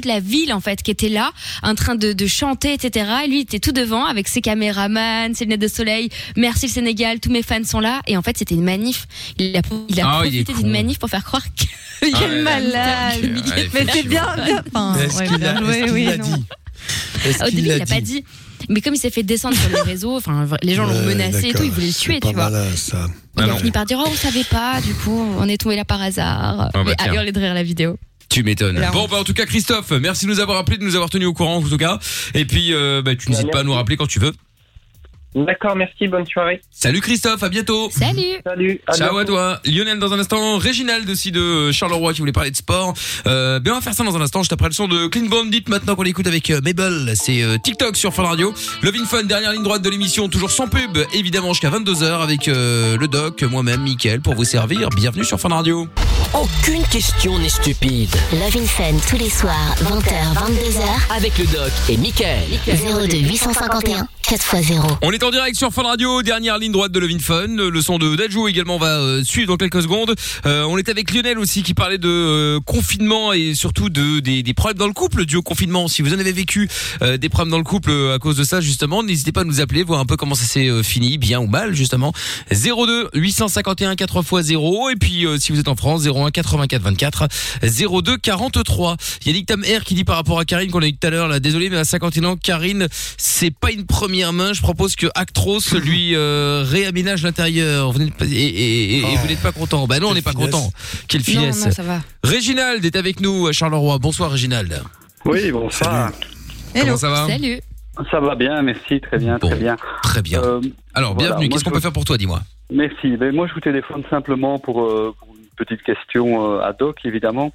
ville en fait qui était là, en train de chanter, etc. Et lui, il était tout devant avec ses caméramans, ses lunettes de soleil. Merci le Sénégal, tous mes fans sont là. Et en fait, c'était une manif. Il a profité d'une manif pour faire croire que. Quel malade. Mais c'est bien. Est-ce qu'il a dit? Au début, il n'a pas dit. Mais comme il s'est fait descendre sur les réseaux, enfin, les gens l'ont menacé et tout, ils voulaient le tuer, tu vois. Ça. Il a fini par dire, on savait pas, du coup, on est tombé là par hasard. Mais à hurler de rire la vidéo. Tu m'étonnes. Bon, en tout cas, Christophe, merci de nous avoir appelé, de nous avoir tenus au courant, en tout cas. Et puis, tu n'hésites pas à nous rappeler quand tu veux. D'accord, merci, bonne soirée. Salut Christophe, à bientôt. Salut. Ciao à toi. Lionel dans un instant, Réginald aussi de Charleroi qui voulait parler de sport. On va faire ça dans un instant, juste après le son de Clean Bandit maintenant qu'on l'écoute avec Mabel. C'est TikTok sur Fun Radio. Love in Fun, dernière ligne droite de l'émission, toujours sans pub, évidemment jusqu'à 22h avec le doc, moi-même, Mickaël, pour vous servir. Bienvenue sur Fun Radio. Aucune question n'est stupide. Love in Fun tous les soirs, 20h, 22h. Avec le doc et Mickaël. 02 851 4x0. On est en direct sur Fun Radio, dernière ligne droite de Love in Fun. Le son de Dajou également va suivre dans quelques secondes. On est avec Lionel aussi qui parlait de confinement et surtout des problèmes dans le couple dû au confinement. Si vous en avez vécu des problèmes dans le couple à cause de ça justement, n'hésitez pas à nous appeler, voir un peu comment ça s'est fini, bien ou mal justement. 02 851 4x0 et puis si vous êtes en France, 01 84 24 02 43. Il y a Nick Tam R qui dit par rapport à Karine qu'on a eu tout à l'heure là, désolé mais à 51 ans Karine, c'est pas une première main, je propose que Actros lui réaménage l'intérieur. Vous n'êtes pas, et vous n'êtes pas content. Bah non, on n'est pas content. Quelle finesse. Non, ça va. Réginald est avec nous à Charleroi. Bonsoir Réginald. Oui, bonsoir. Comment ça va? Salut. Ça va bien, merci, très bien, bon, très bien. Très bien. Alors, voilà, bienvenue. Qu'est-ce qu'on peut faire pour toi, dis-moi? Merci. Ben, moi, je vous téléphone simplement pour une petite question ad hoc, évidemment.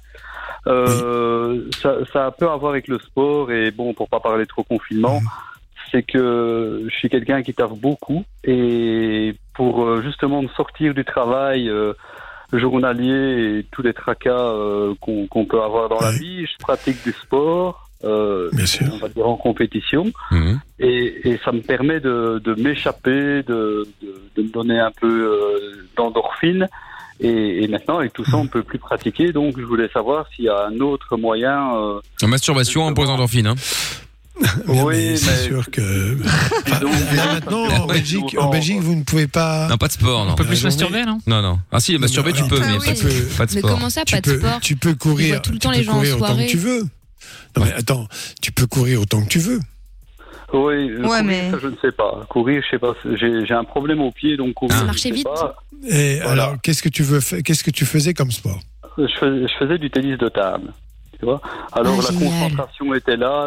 Ça a peu à voir avec le sport et bon, pour pas parler trop confinement, c'est que je suis quelqu'un qui taffe beaucoup et pour justement me sortir du travail journalier et tous les tracas qu'on peut avoir dans la vie, je pratique du sport. Bien sûr. On va dire en compétition et ça me permet de m'échapper, de me donner un peu d'endorphine et maintenant avec tout ça on ne peut plus pratiquer, donc je voulais savoir s'il y a un autre moyen la masturbation en posant d'endorphine oui, mais c'est sûr que là, maintenant en Belgique vous ne pouvez pas. Non, pas de sport, non. On peut plus masturber, non? Non. Ah si, masturber tu peux, mais pas de sport. Mais comment ça, pas de sport? Tu peux courir tout le temps les gens en soirée. Autant que tu veux. Non mais attends, tu peux courir autant que tu veux. Oui, courir, mais... ça, je ne sais pas. Courir, je sais pas. J'ai un problème au pied, donc courir. Ça marchait vite. Et voilà. Alors, qu'est-ce que tu faisais comme sport? Je faisais du tennis de table. Tu vois. Alors la concentration était là,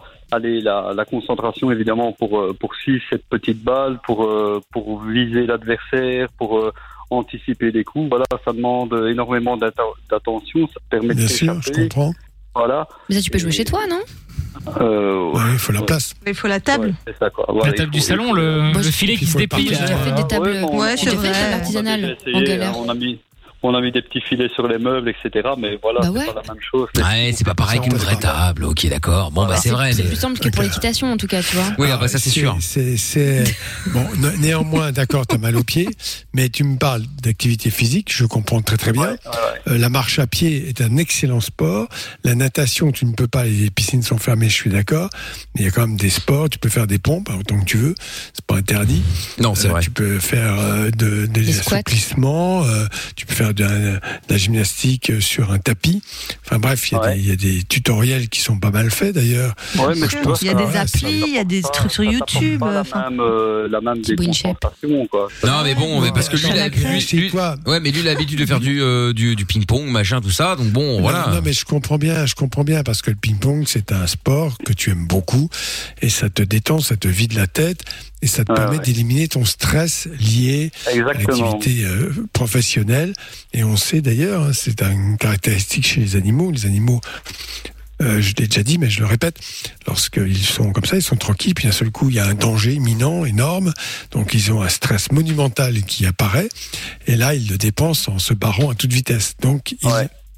la concentration évidemment pour 6-7 petites balles, pour viser l'adversaire, pour anticiper les coups. Voilà, ça demande énormément d'attention. Ça permet de s'échapper. Bien sûr, je comprends. Voilà. Mais ça, tu peux jouer chez toi, non? Il faut la place. Il faut la table. Ouais, c'est ça, quoi. Voilà, la table du salon, le filet qui se déplie. J'ai déjà fait des tables. C'est vrai. Artisanales en galère. On a mis des petits filets sur les meubles, etc. Mais voilà, c'est pas la même chose. Ouais, c'est pas pareil qu'une vraie table. Ok, d'accord. Bon, bah c'est vrai. C'est plus simple que pour l'équitation, en tout cas, tu vois. Oui, bah ça c'est sûr. Bon, néanmoins, d'accord, t'as mal aux pieds, mais tu me parles d'activité physique, je comprends très bien. La marche à pied est un excellent sport. La natation, tu ne peux pas, les piscines sont fermées, je suis d'accord. Mais il y a quand même des sports, tu peux faire des pompes autant que tu veux, c'est pas interdit. Non, c'est vrai. Tu peux faire des assouplissements, tu peux faire de la gymnastique sur un tapis. Enfin bref, il y a des tutoriels qui sont pas mal faits d'ailleurs. Ouais, mais il y a des applis, il y a des trucs sur YouTube. La même déconcentration, quoi. Non, mais bon, parce que lui, il a l'habitude de faire du ping-pong, machin, tout ça. Donc bon, voilà. Non, mais je comprends bien parce que le ping-pong, c'est un sport que tu aimes beaucoup et ça te détend, ça te vide la tête. Et ça te permet d'éliminer ton stress lié à l'activité professionnelle. Et on sait d'ailleurs, c'est une caractéristique chez les animaux. Les animaux, je l'ai déjà dit, mais je le répète, lorsqu'ils sont comme ça, ils sont tranquilles, puis d'un seul coup, il y a un danger imminent, énorme. Donc, ils ont un stress monumental qui apparaît. Et là, ils le dépensent en se barrant à toute vitesse. Donc,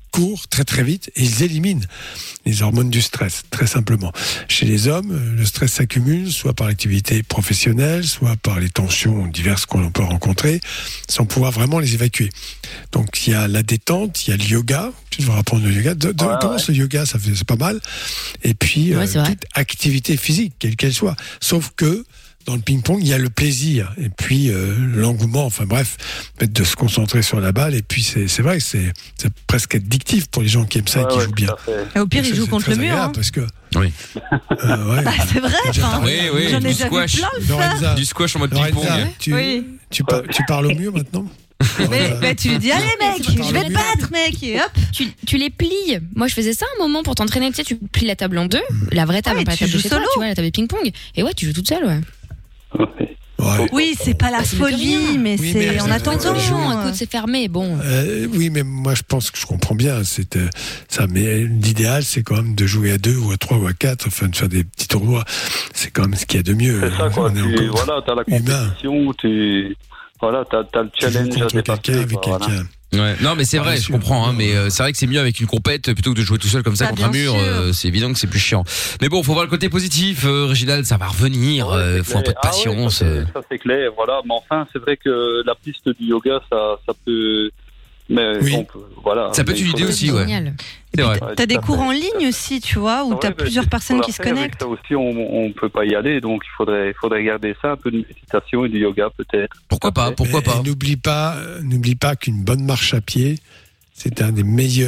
courent très très vite et ils éliminent les hormones du stress, très simplement. Chez les hommes, le stress s'accumule soit par l'activité professionnelle, soit par les tensions diverses qu'on peut rencontrer, sans pouvoir vraiment les évacuer. Donc il y a la détente, il y a le yoga, tu devrais apprendre le yoga. Commence le yoga, c'est pas mal. Et puis toute activité physique, quelle qu'elle soit. Sauf que dans le ping-pong, il y a le plaisir et puis l'engouement, enfin bref, de se concentrer sur la balle. Et puis c'est vrai que c'est presque addictif pour les gens qui aiment ça et qui jouent bien. Et au pire, ils jouent contre le mur. Hein. Parce que oui. C'est vrai. Oui, j'en ai du déjà squash. vu plein le faire. Du squash en mode ping-pong. Tu parles au mur maintenant? Mais tu lui dis, allez mec, je vais te battre mec, et hop. Tu les plies. Moi je faisais ça un moment pour t'entraîner, tu sais, tu plies la table en deux, la vraie table, pas la table de chez toi, tu vois, la table de ping-pong. Et tu joues toute seule, Oui, c'est pas la folie, mais c'est en attendant. Écoute, c'est fermé, bon. Oui, mais moi je pense que je comprends bien. C'est ça, mais l'idéal, c'est quand même de jouer à 2 ou à 3 ou à 4, enfin de faire des petits tournois. C'est quand même ce qu'il y a de mieux. C'est ça, quoi. T'as la compétition, t'as le challenge à dépasser. Avec quelqu'un. Ouais. Non mais c'est vrai, je comprends mais c'est vrai que c'est mieux avec une compète plutôt que de jouer tout seul comme ça contre un mur, c'est évident que c'est plus chiant. Mais bon, faut voir le côté positif, Réginald, ça va revenir, faut un peu de patience. Ça c'est clair, voilà, mais enfin, c'est vrai que la piste du yoga ça peut ça peut être une idée aussi, génial. C'est vrai. T'as des cours en ligne aussi, tu vois, où t'as plusieurs personnes qui se connectent. Ça aussi, on peut pas y aller, donc il faudrait garder ça, un peu de méditation et du yoga peut-être. Pourquoi pas. Et n'oublie pas qu'une bonne marche à pied, c'est l'une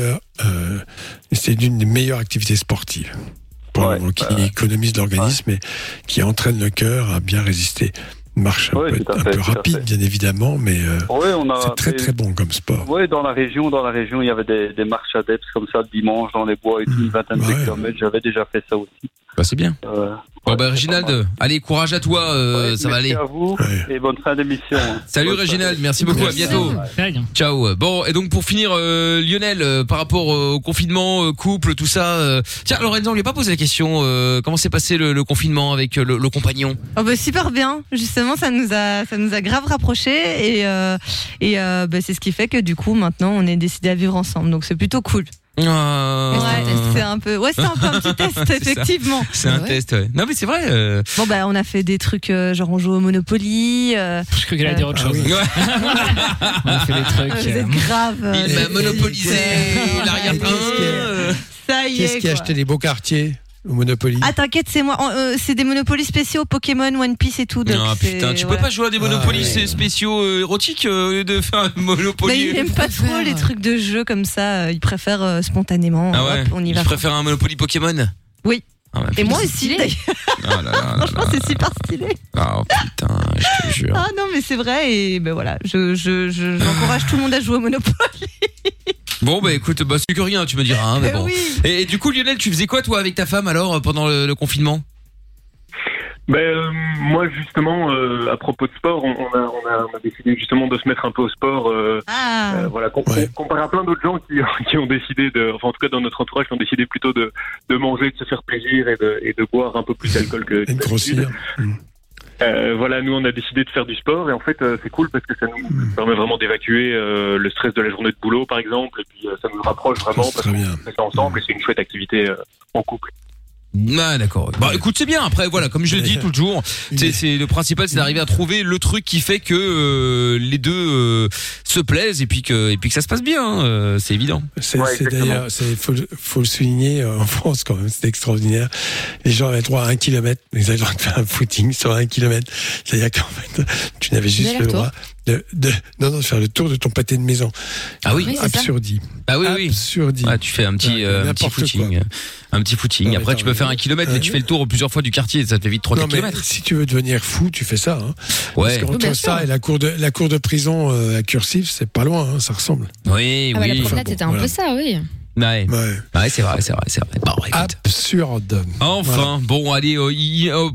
des meilleures activités sportives. Qui économise l'organisme et qui entraîne le cœur à bien résister. Marche un peu rapide, bien évidemment, mais c'est très très bon comme sport. Oui, dans la région, il y avait des marches adeptes comme ça le dimanche dans les bois et tout, une vingtaine de kilomètres. J'avais déjà fait ça aussi. C'est bien. Réginald, allez, courage à toi, ça va aller. Merci à vous et bonne fin d'émission. Salut Réginald, merci beaucoup, à bientôt. Ciao. Bon, et donc pour finir, Lionel, par rapport au confinement, couple, tout ça. Tiens, Lorenzo, on lui a pas posé la question. Comment s'est passé le confinement avec le compagnon? Super bien. Justement, ça nous a grave rapprochés et c'est ce qui fait que du coup maintenant on est décidé à vivre ensemble. Donc c'est plutôt cool. C'est un peu un petit test effectivement. C'est un test, ouais. Non mais c'est vrai. On a fait des trucs genre on joue au Monopoly. Je crois qu'elle allait dire autre chose. On a fait des trucs. Vous êtes grave. Il m'a monopolisé l'arrière-plan. Ça y est. Qui a acheté des beaux quartiers au Monopoly? Ah t'inquiète, c'est moi. C'est des Monopoly spéciaux Pokémon, One Piece et tout. Donc putain, tu peux pas jouer à des Monopoly spéciaux érotiques de faire un Monopoly. Il aime pas trop les trucs de jeu comme ça. Il préfère spontanément. Ah ouais. Hop, on y va. Tu préfères un Monopoly Pokémon? Oui. Et moi aussi d'ailleurs. Franchement, c'est super stylé. Oh putain, je te jure. Ah non, mais c'est vrai et voilà, j'encourage tout le monde à jouer au Monopoly. Bon écoute, c'est que rien, tu me diras. Mais bon. Oui. Et du coup, Lionel, tu faisais quoi toi avec ta femme alors pendant le confinement? Moi justement, à propos de sport, on a décidé justement de se mettre un peu au sport. Comparé à plein d'autres gens qui ont décidé en tout cas dans notre entourage, qui ont décidé plutôt de manger, de se faire plaisir et de boire un peu plus d'alcool que de grossir. Nous on a décidé de faire du sport et en fait c'est cool parce que ça nous permet vraiment d'évacuer le stress de la journée de boulot par exemple et puis ça nous rapproche vraiment parce qu'on fait ça ensemble et c'est une chouette activité en couple. Ah d'accord. Écoute, c'est bien. Après voilà, comme je le dis toujours, c'est le principal, c'est d'arriver à trouver le truc qui fait que les deux se plaisent et puis que ça se passe bien. C'est évident. C'est d'ailleurs, faut le souligner en France quand même. C'est extraordinaire. Les gens avaient droit à 1 kilomètre. Ils avaient le droit de faire un footing sur 1 kilomètre. C'est-à-dire qu'en fait, tu n'avais juste le droit de faire le tour de ton pâté de maison. Ah oui, absurdie. Ah oui, absurdie. Ah, tu fais un petit footing. Un petit footing. Après, tu peux faire 1 kilomètre, mais tu fais le tour plusieurs fois du quartier, ça te fait vite 3-4 kilomètres. Si tu veux devenir fou, tu fais ça. Ouais. Parce qu'entre ça et la cour de prison à Cursif, c'est pas loin, ça ressemble. Oui. La promenade, c'était un peu ça, oui. Ouais, c'est vrai. Bon, absurde. Enfin, bon, allez,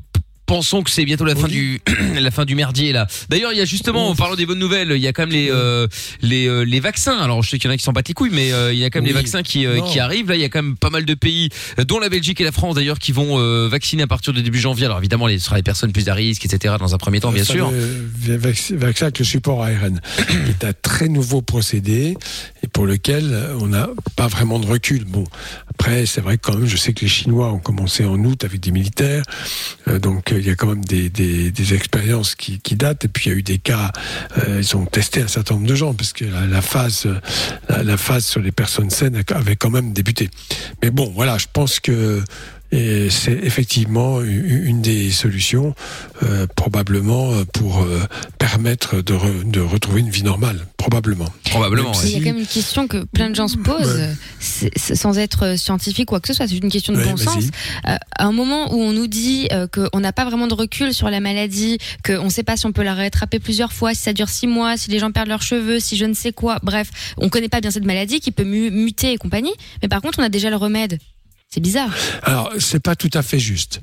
pensons que c'est bientôt la fin la fin du merdier là. D'ailleurs, il y a justement, en parlant des bonnes nouvelles, il y a quand même les vaccins. Alors, je sais qu'il y en a qui s'en battent les couilles, mais il y a quand même les vaccins qui arrivent. Là, il y a quand même pas mal de pays, dont la Belgique et la France d'ailleurs, qui vont vacciner à partir de début janvier. Alors évidemment, ce sera les personnes plus à risque, etc. Dans un premier temps, bien sûr. Le vaccin avec le support ARN est un très nouveau procédé et pour lequel on n'a pas vraiment de recul. Bon, après, c'est vrai que quand même, je sais que les Chinois ont commencé en août avec des militaires, donc il y a quand même des expériences qui datent. Et puis il y a eu des cas, ils ont testé un certain nombre de gens parce que la phase sur les personnes saines avait quand même débuté. Mais bon, voilà, je pense que c'est effectivement une des solutions, probablement pour permettre de retrouver une vie normale, probablement. Il y a quand même une question que plein de gens se posent, sans être scientifique ou quoi que ce soit, c'est une question de bon sens. À un moment où on nous dit qu'on n'a pas vraiment de recul sur la maladie, qu'on ne sait pas si on peut la rattraper plusieurs fois, si ça dure 6 mois, si les gens perdent leurs cheveux, si je ne sais quoi, bref, on ne connaît pas bien cette maladie qui peut muter et compagnie, mais par contre on a déjà le remède. C'est bizarre. Alors, c'est pas tout à fait juste.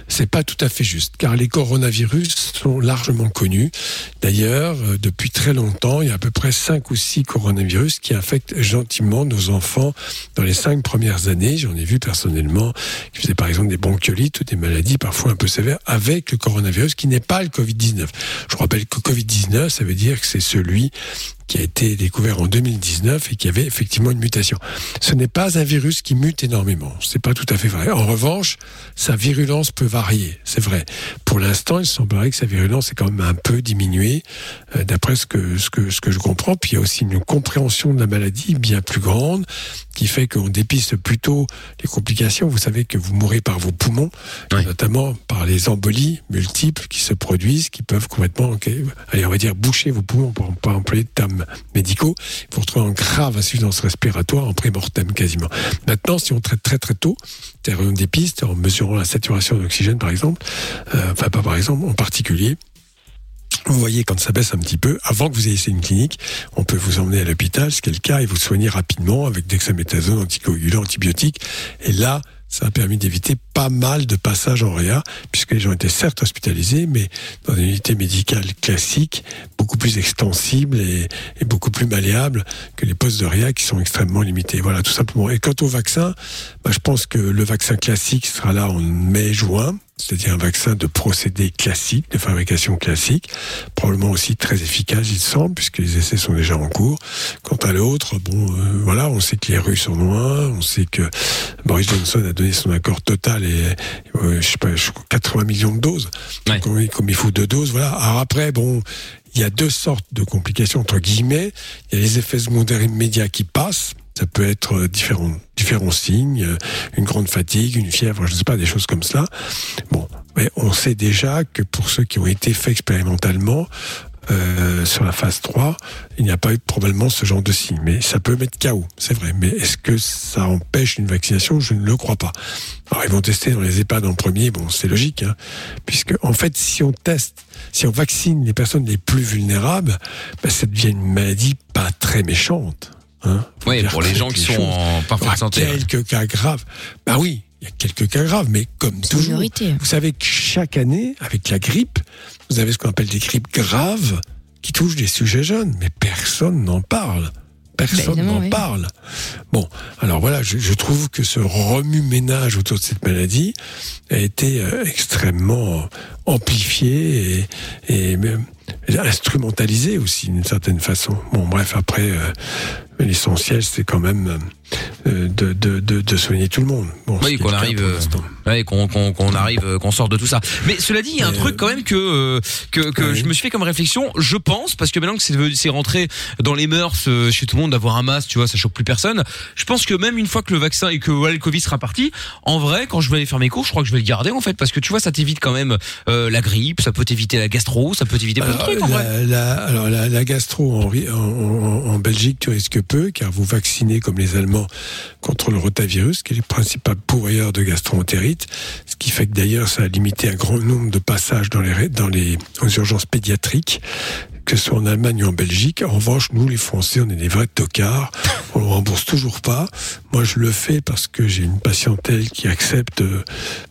Car les coronavirus sont largement connus. D'ailleurs, depuis très longtemps, il y a à peu près 5 ou 6 coronavirus qui infectent gentiment nos enfants dans les 5 premières années. J'en ai vu personnellement qui faisaient par exemple des bronchiolites ou des maladies parfois un peu sévères avec le coronavirus qui n'est pas le Covid-19. Je rappelle que Covid-19, ça veut dire que c'est celui qui a été découvert en 2019 et qui avait effectivement une mutation. Ce n'est pas un virus qui mute énormément. C'est pas tout à fait vrai. En revanche, sa virulence peut varier. C'est vrai. Pour l'instant, il semblerait que sa virulence est quand même un peu diminuée, d'après ce que je comprends. Puis il y a aussi une compréhension de la maladie bien plus grande, qui fait qu'on dépiste plutôt les complications. Vous savez que vous mourrez par vos poumons, notamment par les embolies multiples qui se produisent, qui peuvent complètement, on va dire, boucher vos poumons, pour ne pas employer de termes médicaux. Vous vous retrouvez en grave insuffisance respiratoire, en pré-mortem quasiment. Maintenant, si on traite très très tôt, c'est-à-dire on dépiste en mesurant la saturation d'oxygène par exemple, en particulier, vous voyez, quand ça baisse un petit peu, avant que vous ayez essayé une clinique, on peut vous emmener à l'hôpital, ce qui est le cas, et vous soigner rapidement avec dexaméthasone, anticoagulant, antibiotiques. Et là, ça a permis d'éviter pas mal de passages en réa, puisque les gens étaient certes hospitalisés, mais dans une unité médicale classique, beaucoup plus extensible et beaucoup plus malléable que les postes de réa qui sont extrêmement limités. Voilà, tout simplement. Et quant au vaccin, je pense que le vaccin classique sera là en mai-juin. C'est-à-dire un vaccin de procédé classique, de fabrication classique, probablement aussi très efficace, il semble, puisque les essais sont déjà en cours. Quant à l'autre, on sait que les Russes en ont un, on sait que Boris Johnson a donné son accord total et 80 millions de doses. Ouais. Comme il faut 2 doses, voilà. Alors après, il y a 2 sortes de complications, entre guillemets. Il y a les effets secondaires immédiats qui passent. Ça peut être différents signes, une grande fatigue, une fièvre, je ne sais pas, des choses comme cela. Bon, mais on sait déjà que pour ceux qui ont été faits expérimentalement, sur la phase 3, il n'y a pas eu probablement ce genre de signes. Mais ça peut mettre KO, c'est vrai. Mais est-ce que ça empêche une vaccination ? Je ne le crois pas. Alors ils vont tester dans les EHPAD en premier, c'est logique, puisque en fait, si on vaccine les personnes les plus vulnérables, ça devient une maladie pas très méchante. Oui, pour les gens qui sont en parfaite santé. Quelques cas graves. Oui, il y a quelques cas graves, mais comme toujours, vous savez que chaque année, avec la grippe, vous avez ce qu'on appelle des grippes graves qui touchent des sujets jeunes, mais personne n'en parle. Parle. Bon, alors voilà, je trouve que ce remue-ménage autour de cette maladie a été extrêmement amplifié et même instrumentalisé aussi d'une certaine façon. Bon, bref, après, l'essentiel, c'est quand même de soigner tout le monde. Bon, oui, qu'on arrive, qu'on sorte de tout ça. Mais cela dit, il y a un truc quand même que je me suis fait comme réflexion. Je pense, parce que maintenant que c'est rentré dans les mœurs chez tout le monde d'avoir un masque, tu vois, ça choque plus personne. Je pense que même une fois que le vaccin et que le Covid sera parti, en vrai, quand je vais aller faire mes cours, je crois que je vais le garder en fait, parce que tu vois, ça t'évite quand même la grippe, ça peut t'éviter la gastro, ça peut t'éviter plein de trucs en vrai. La gastro en Belgique, tu risques peu, car vous vaccinez comme les Allemands contre le rotavirus, qui est le principal pourvoyeur de gastro-entérite, ce qui fait que d'ailleurs ça a limité un grand nombre de passages dans les urgences pédiatriques, que ce soit en Allemagne ou en Belgique. En revanche, nous les Français, on est des vrais tocards, on le rembourse toujours pas. Moi je le fais parce que j'ai une patientèle qui accepte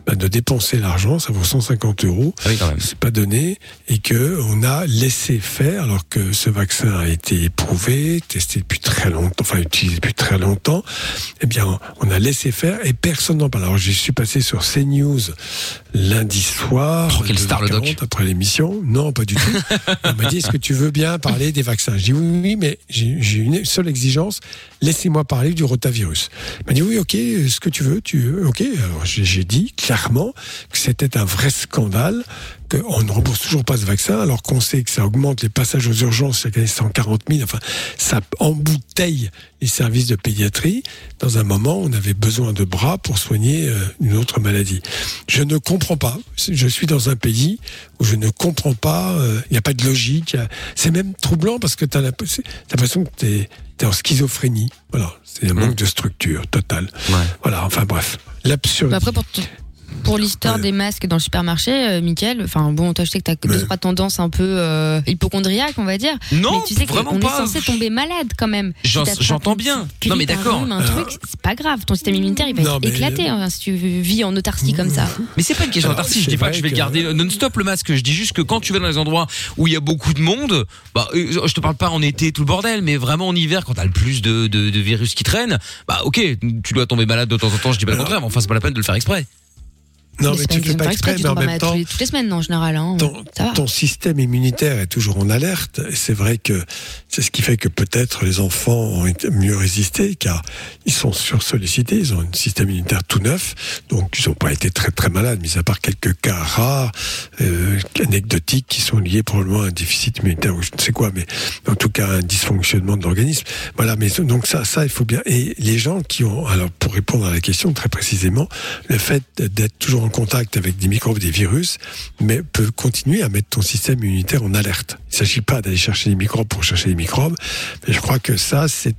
de dépenser l'argent, ça vaut 150 €, c'est pas donné, et que on a laissé faire, alors que ce vaccin a été éprouvé, testé depuis très longtemps, enfin utilisé depuis très longtemps, eh bien, on a laissé faire et personne n'en parle. Alors, je suis passé sur CNews lundi soir, quel star le doc, après l'émission. Non, pas du tout. On m'a dit, est-ce que tu veux bien parler des vaccins? Je dis oui, mais j'ai une seule exigence, laissez-moi parler du rotavirus. Il m'a dit oui, ok, ce que tu veux, ok. Alors, j'ai dit clairement que c'était un vrai scandale, qu'on ne rembourse toujours pas ce vaccin, alors qu'on sait que ça augmente les passages aux urgences chaque année 140 000, enfin, ça embouteille les services de pédiatrie dans un moment où on avait besoin de bras pour soigner une autre maladie. Je ne comprends pas. Je suis dans un pays où je ne comprends pas, il n'y a pas de logique. C'est même troublant parce que tu as l'impression que tu es en schizophrénie. Voilà, c'est un manque de structure totale. Ouais. Voilà, enfin bref, l'absurdité. Après, pour l'histoire des masques dans le supermarché, Mickaël, enfin bon, toi je sais que t'as 2-3 tendances un peu hypochondriaques, on va dire. Non, mais tu sais vraiment qu'on pas. est censé tomber malade quand même. J'entends bien. Non mais d'accord. Un truc, c'est pas grave. Ton système immunitaire, il va être éclaté si tu vis en autarcie comme ça. Mais c'est pas une question d'autarcie. Je dis pas que je vais le garder non-stop le masque. Je dis juste que quand tu vas dans les endroits où il y a beaucoup de monde, bah, je te parle pas en été tout le bordel, mais vraiment en hiver quand t'as le plus de virus qui traînent, bah ok, tu dois tomber malade de temps en temps. Je dis pas le contraire, mais enfin c'est pas la peine de le faire exprès. Non, mais tu ne fais pas exprès, mais en même temps, toutes les semaines, en général. Hein, ton système immunitaire est toujours en alerte. Et c'est vrai que c'est ce qui fait que peut-être les enfants ont mieux résisté, car ils sont sursollicités, ils ont un système immunitaire tout neuf, donc ils n'ont pas été très très malades, mis à part quelques cas rares, anecdotiques, qui sont liés probablement à un déficit immunitaire ou je ne sais quoi, mais en tout cas un dysfonctionnement de l'organisme. Voilà, mais donc ça il faut bien. Et les gens qui ont, alors pour répondre à la question très précisément, le fait d'être toujours en contact avec des microbes, des virus, mais peut continuer à mettre ton système immunitaire en alerte. Il ne s'agit pas d'aller chercher des microbes pour chercher des microbes, mais je crois que ça, c'est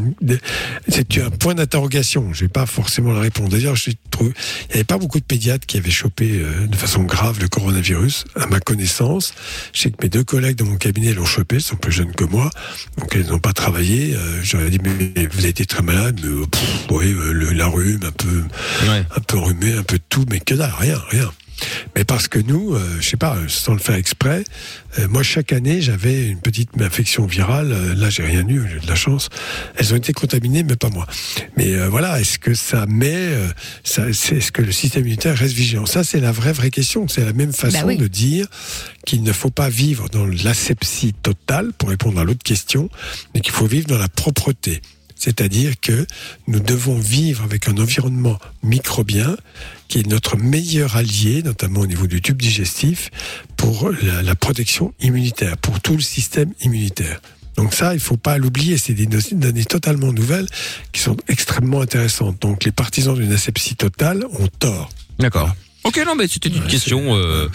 un point d'interrogation. Je n'ai pas forcément la réponse. D'ailleurs, il n'y avait pas beaucoup de pédiatres qui avaient chopé de façon grave le coronavirus, à ma connaissance. Je sais que mes 2 collègues dans mon cabinet l'ont chopé, ils sont plus jeunes que moi, donc ils n'ont pas travaillé. J'aurais dit, mais vous avez été très malade, mais oui, la rhume, un peu enrhumé, un peu de tout, mais que dalle, rien. Mais parce que nous, je sais pas, sans le faire exprès, moi chaque année j'avais une petite infection virale. Là j'ai rien eu, j'ai de la chance. Elles ont été contaminées, mais pas moi. Mais voilà, est-ce que ça met, est-ce que le système immunitaire reste vigilant? Ça c'est la vraie question. C'est la même façon de dire qu'il ne faut pas vivre dans l'asepsie totale, pour répondre à l'autre question, mais qu'il faut vivre dans la propreté. C'est-à-dire que nous devons vivre avec un environnement microbien qui est notre meilleur allié, notamment au niveau du tube digestif, pour la protection immunitaire, pour tout le système immunitaire. Donc ça, il ne faut pas l'oublier, c'est des données totalement nouvelles qui sont extrêmement intéressantes. Donc les partisans d'une asepsie totale ont tort. D'accord. Voilà. Ok, non, mais c'était une question,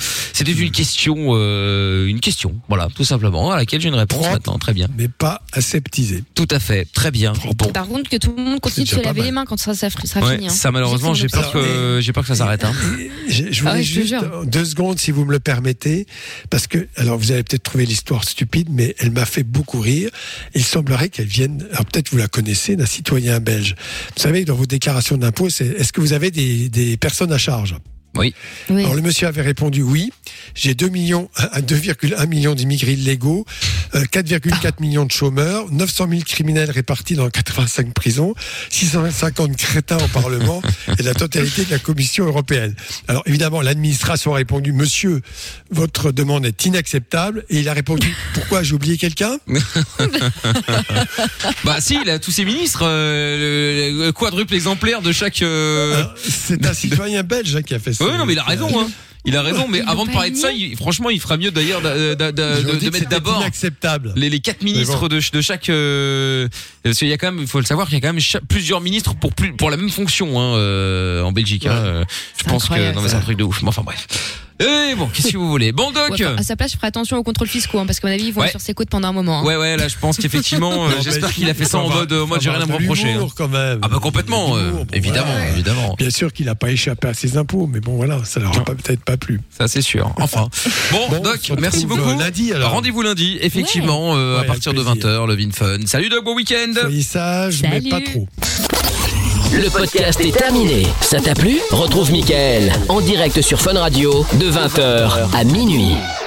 une question, voilà, tout simplement, à laquelle j'ai une réponse maintenant, très bien. Mais pas aseptisée. Tout à fait, très bien. Bon. Par contre, que tout le monde continue de se laver les mains quand ça sera fini. Hein. Ça, malheureusement, j'ai peur que ça s'arrête. Hein. Je voulais juste 2 secondes, si vous me le permettez, parce que, alors vous allez peut-être trouver l'histoire stupide, mais elle m'a fait beaucoup rire. Il semblerait qu'elle vienne, alors peut-être vous la connaissez, d'un citoyen belge. Vous savez, dans vos déclarations d'impôts, est-ce que vous avez des personnes à charge ? Oui. Alors le monsieur avait répondu oui. J'ai 2,1 millions d'immigrés illégaux, 4,4 millions de chômeurs, 900 000 criminels répartis dans 85 prisons, 650 crétins au Parlement et la totalité de la Commission européenne. Alors évidemment, l'administration a répondu, monsieur, votre demande est inacceptable. Et il a répondu, pourquoi, j'ai oublié quelqu'un ? Bah si, il a tous ses ministres, le quadruple exemplaire de chaque... C'est un citoyen belge qui a fait ça. Oui, non, mais il a raison, hein. Il a raison, mais avant de parler de ça, franchement, il ferait mieux d'ailleurs de mettre d'abord les 4 ministres de chaque. Parce qu'il y a quand même, il faut le savoir, qu'il y a quand même plusieurs ministres pour la même fonction en Belgique. Hein. Je pense que non, mais c'est un truc de ouf. Mais enfin bref. Et bon, qu'est-ce que vous voulez? Bon, Doc. À sa place, je ferai attention aux contrôles fiscaux, parce qu'à mon avis, ils vont être sur ses côtes pendant un moment. Hein. Ouais, là, je pense qu'effectivement, j'espère qu'il a fait ça en mode, moi, j'ai rien à me reprocher. Quand même. Ah bah complètement, évidemment. Bien sûr qu'il n'a pas échappé à ses impôts, mais bon, voilà, ça leur a peut-être pas plu. Ça, c'est sûr. Enfin. Bon, Doc, merci beaucoup. Lundi, alors. Rendez-vous lundi, effectivement, à partir de 20h, le VinFun. Salut, Doc, bon week-end. Soyez sage, mais pas trop. Le podcast est terminé. Ça t'a plu ? Retrouve Mickaël en direct sur Fun Radio de 20h à minuit.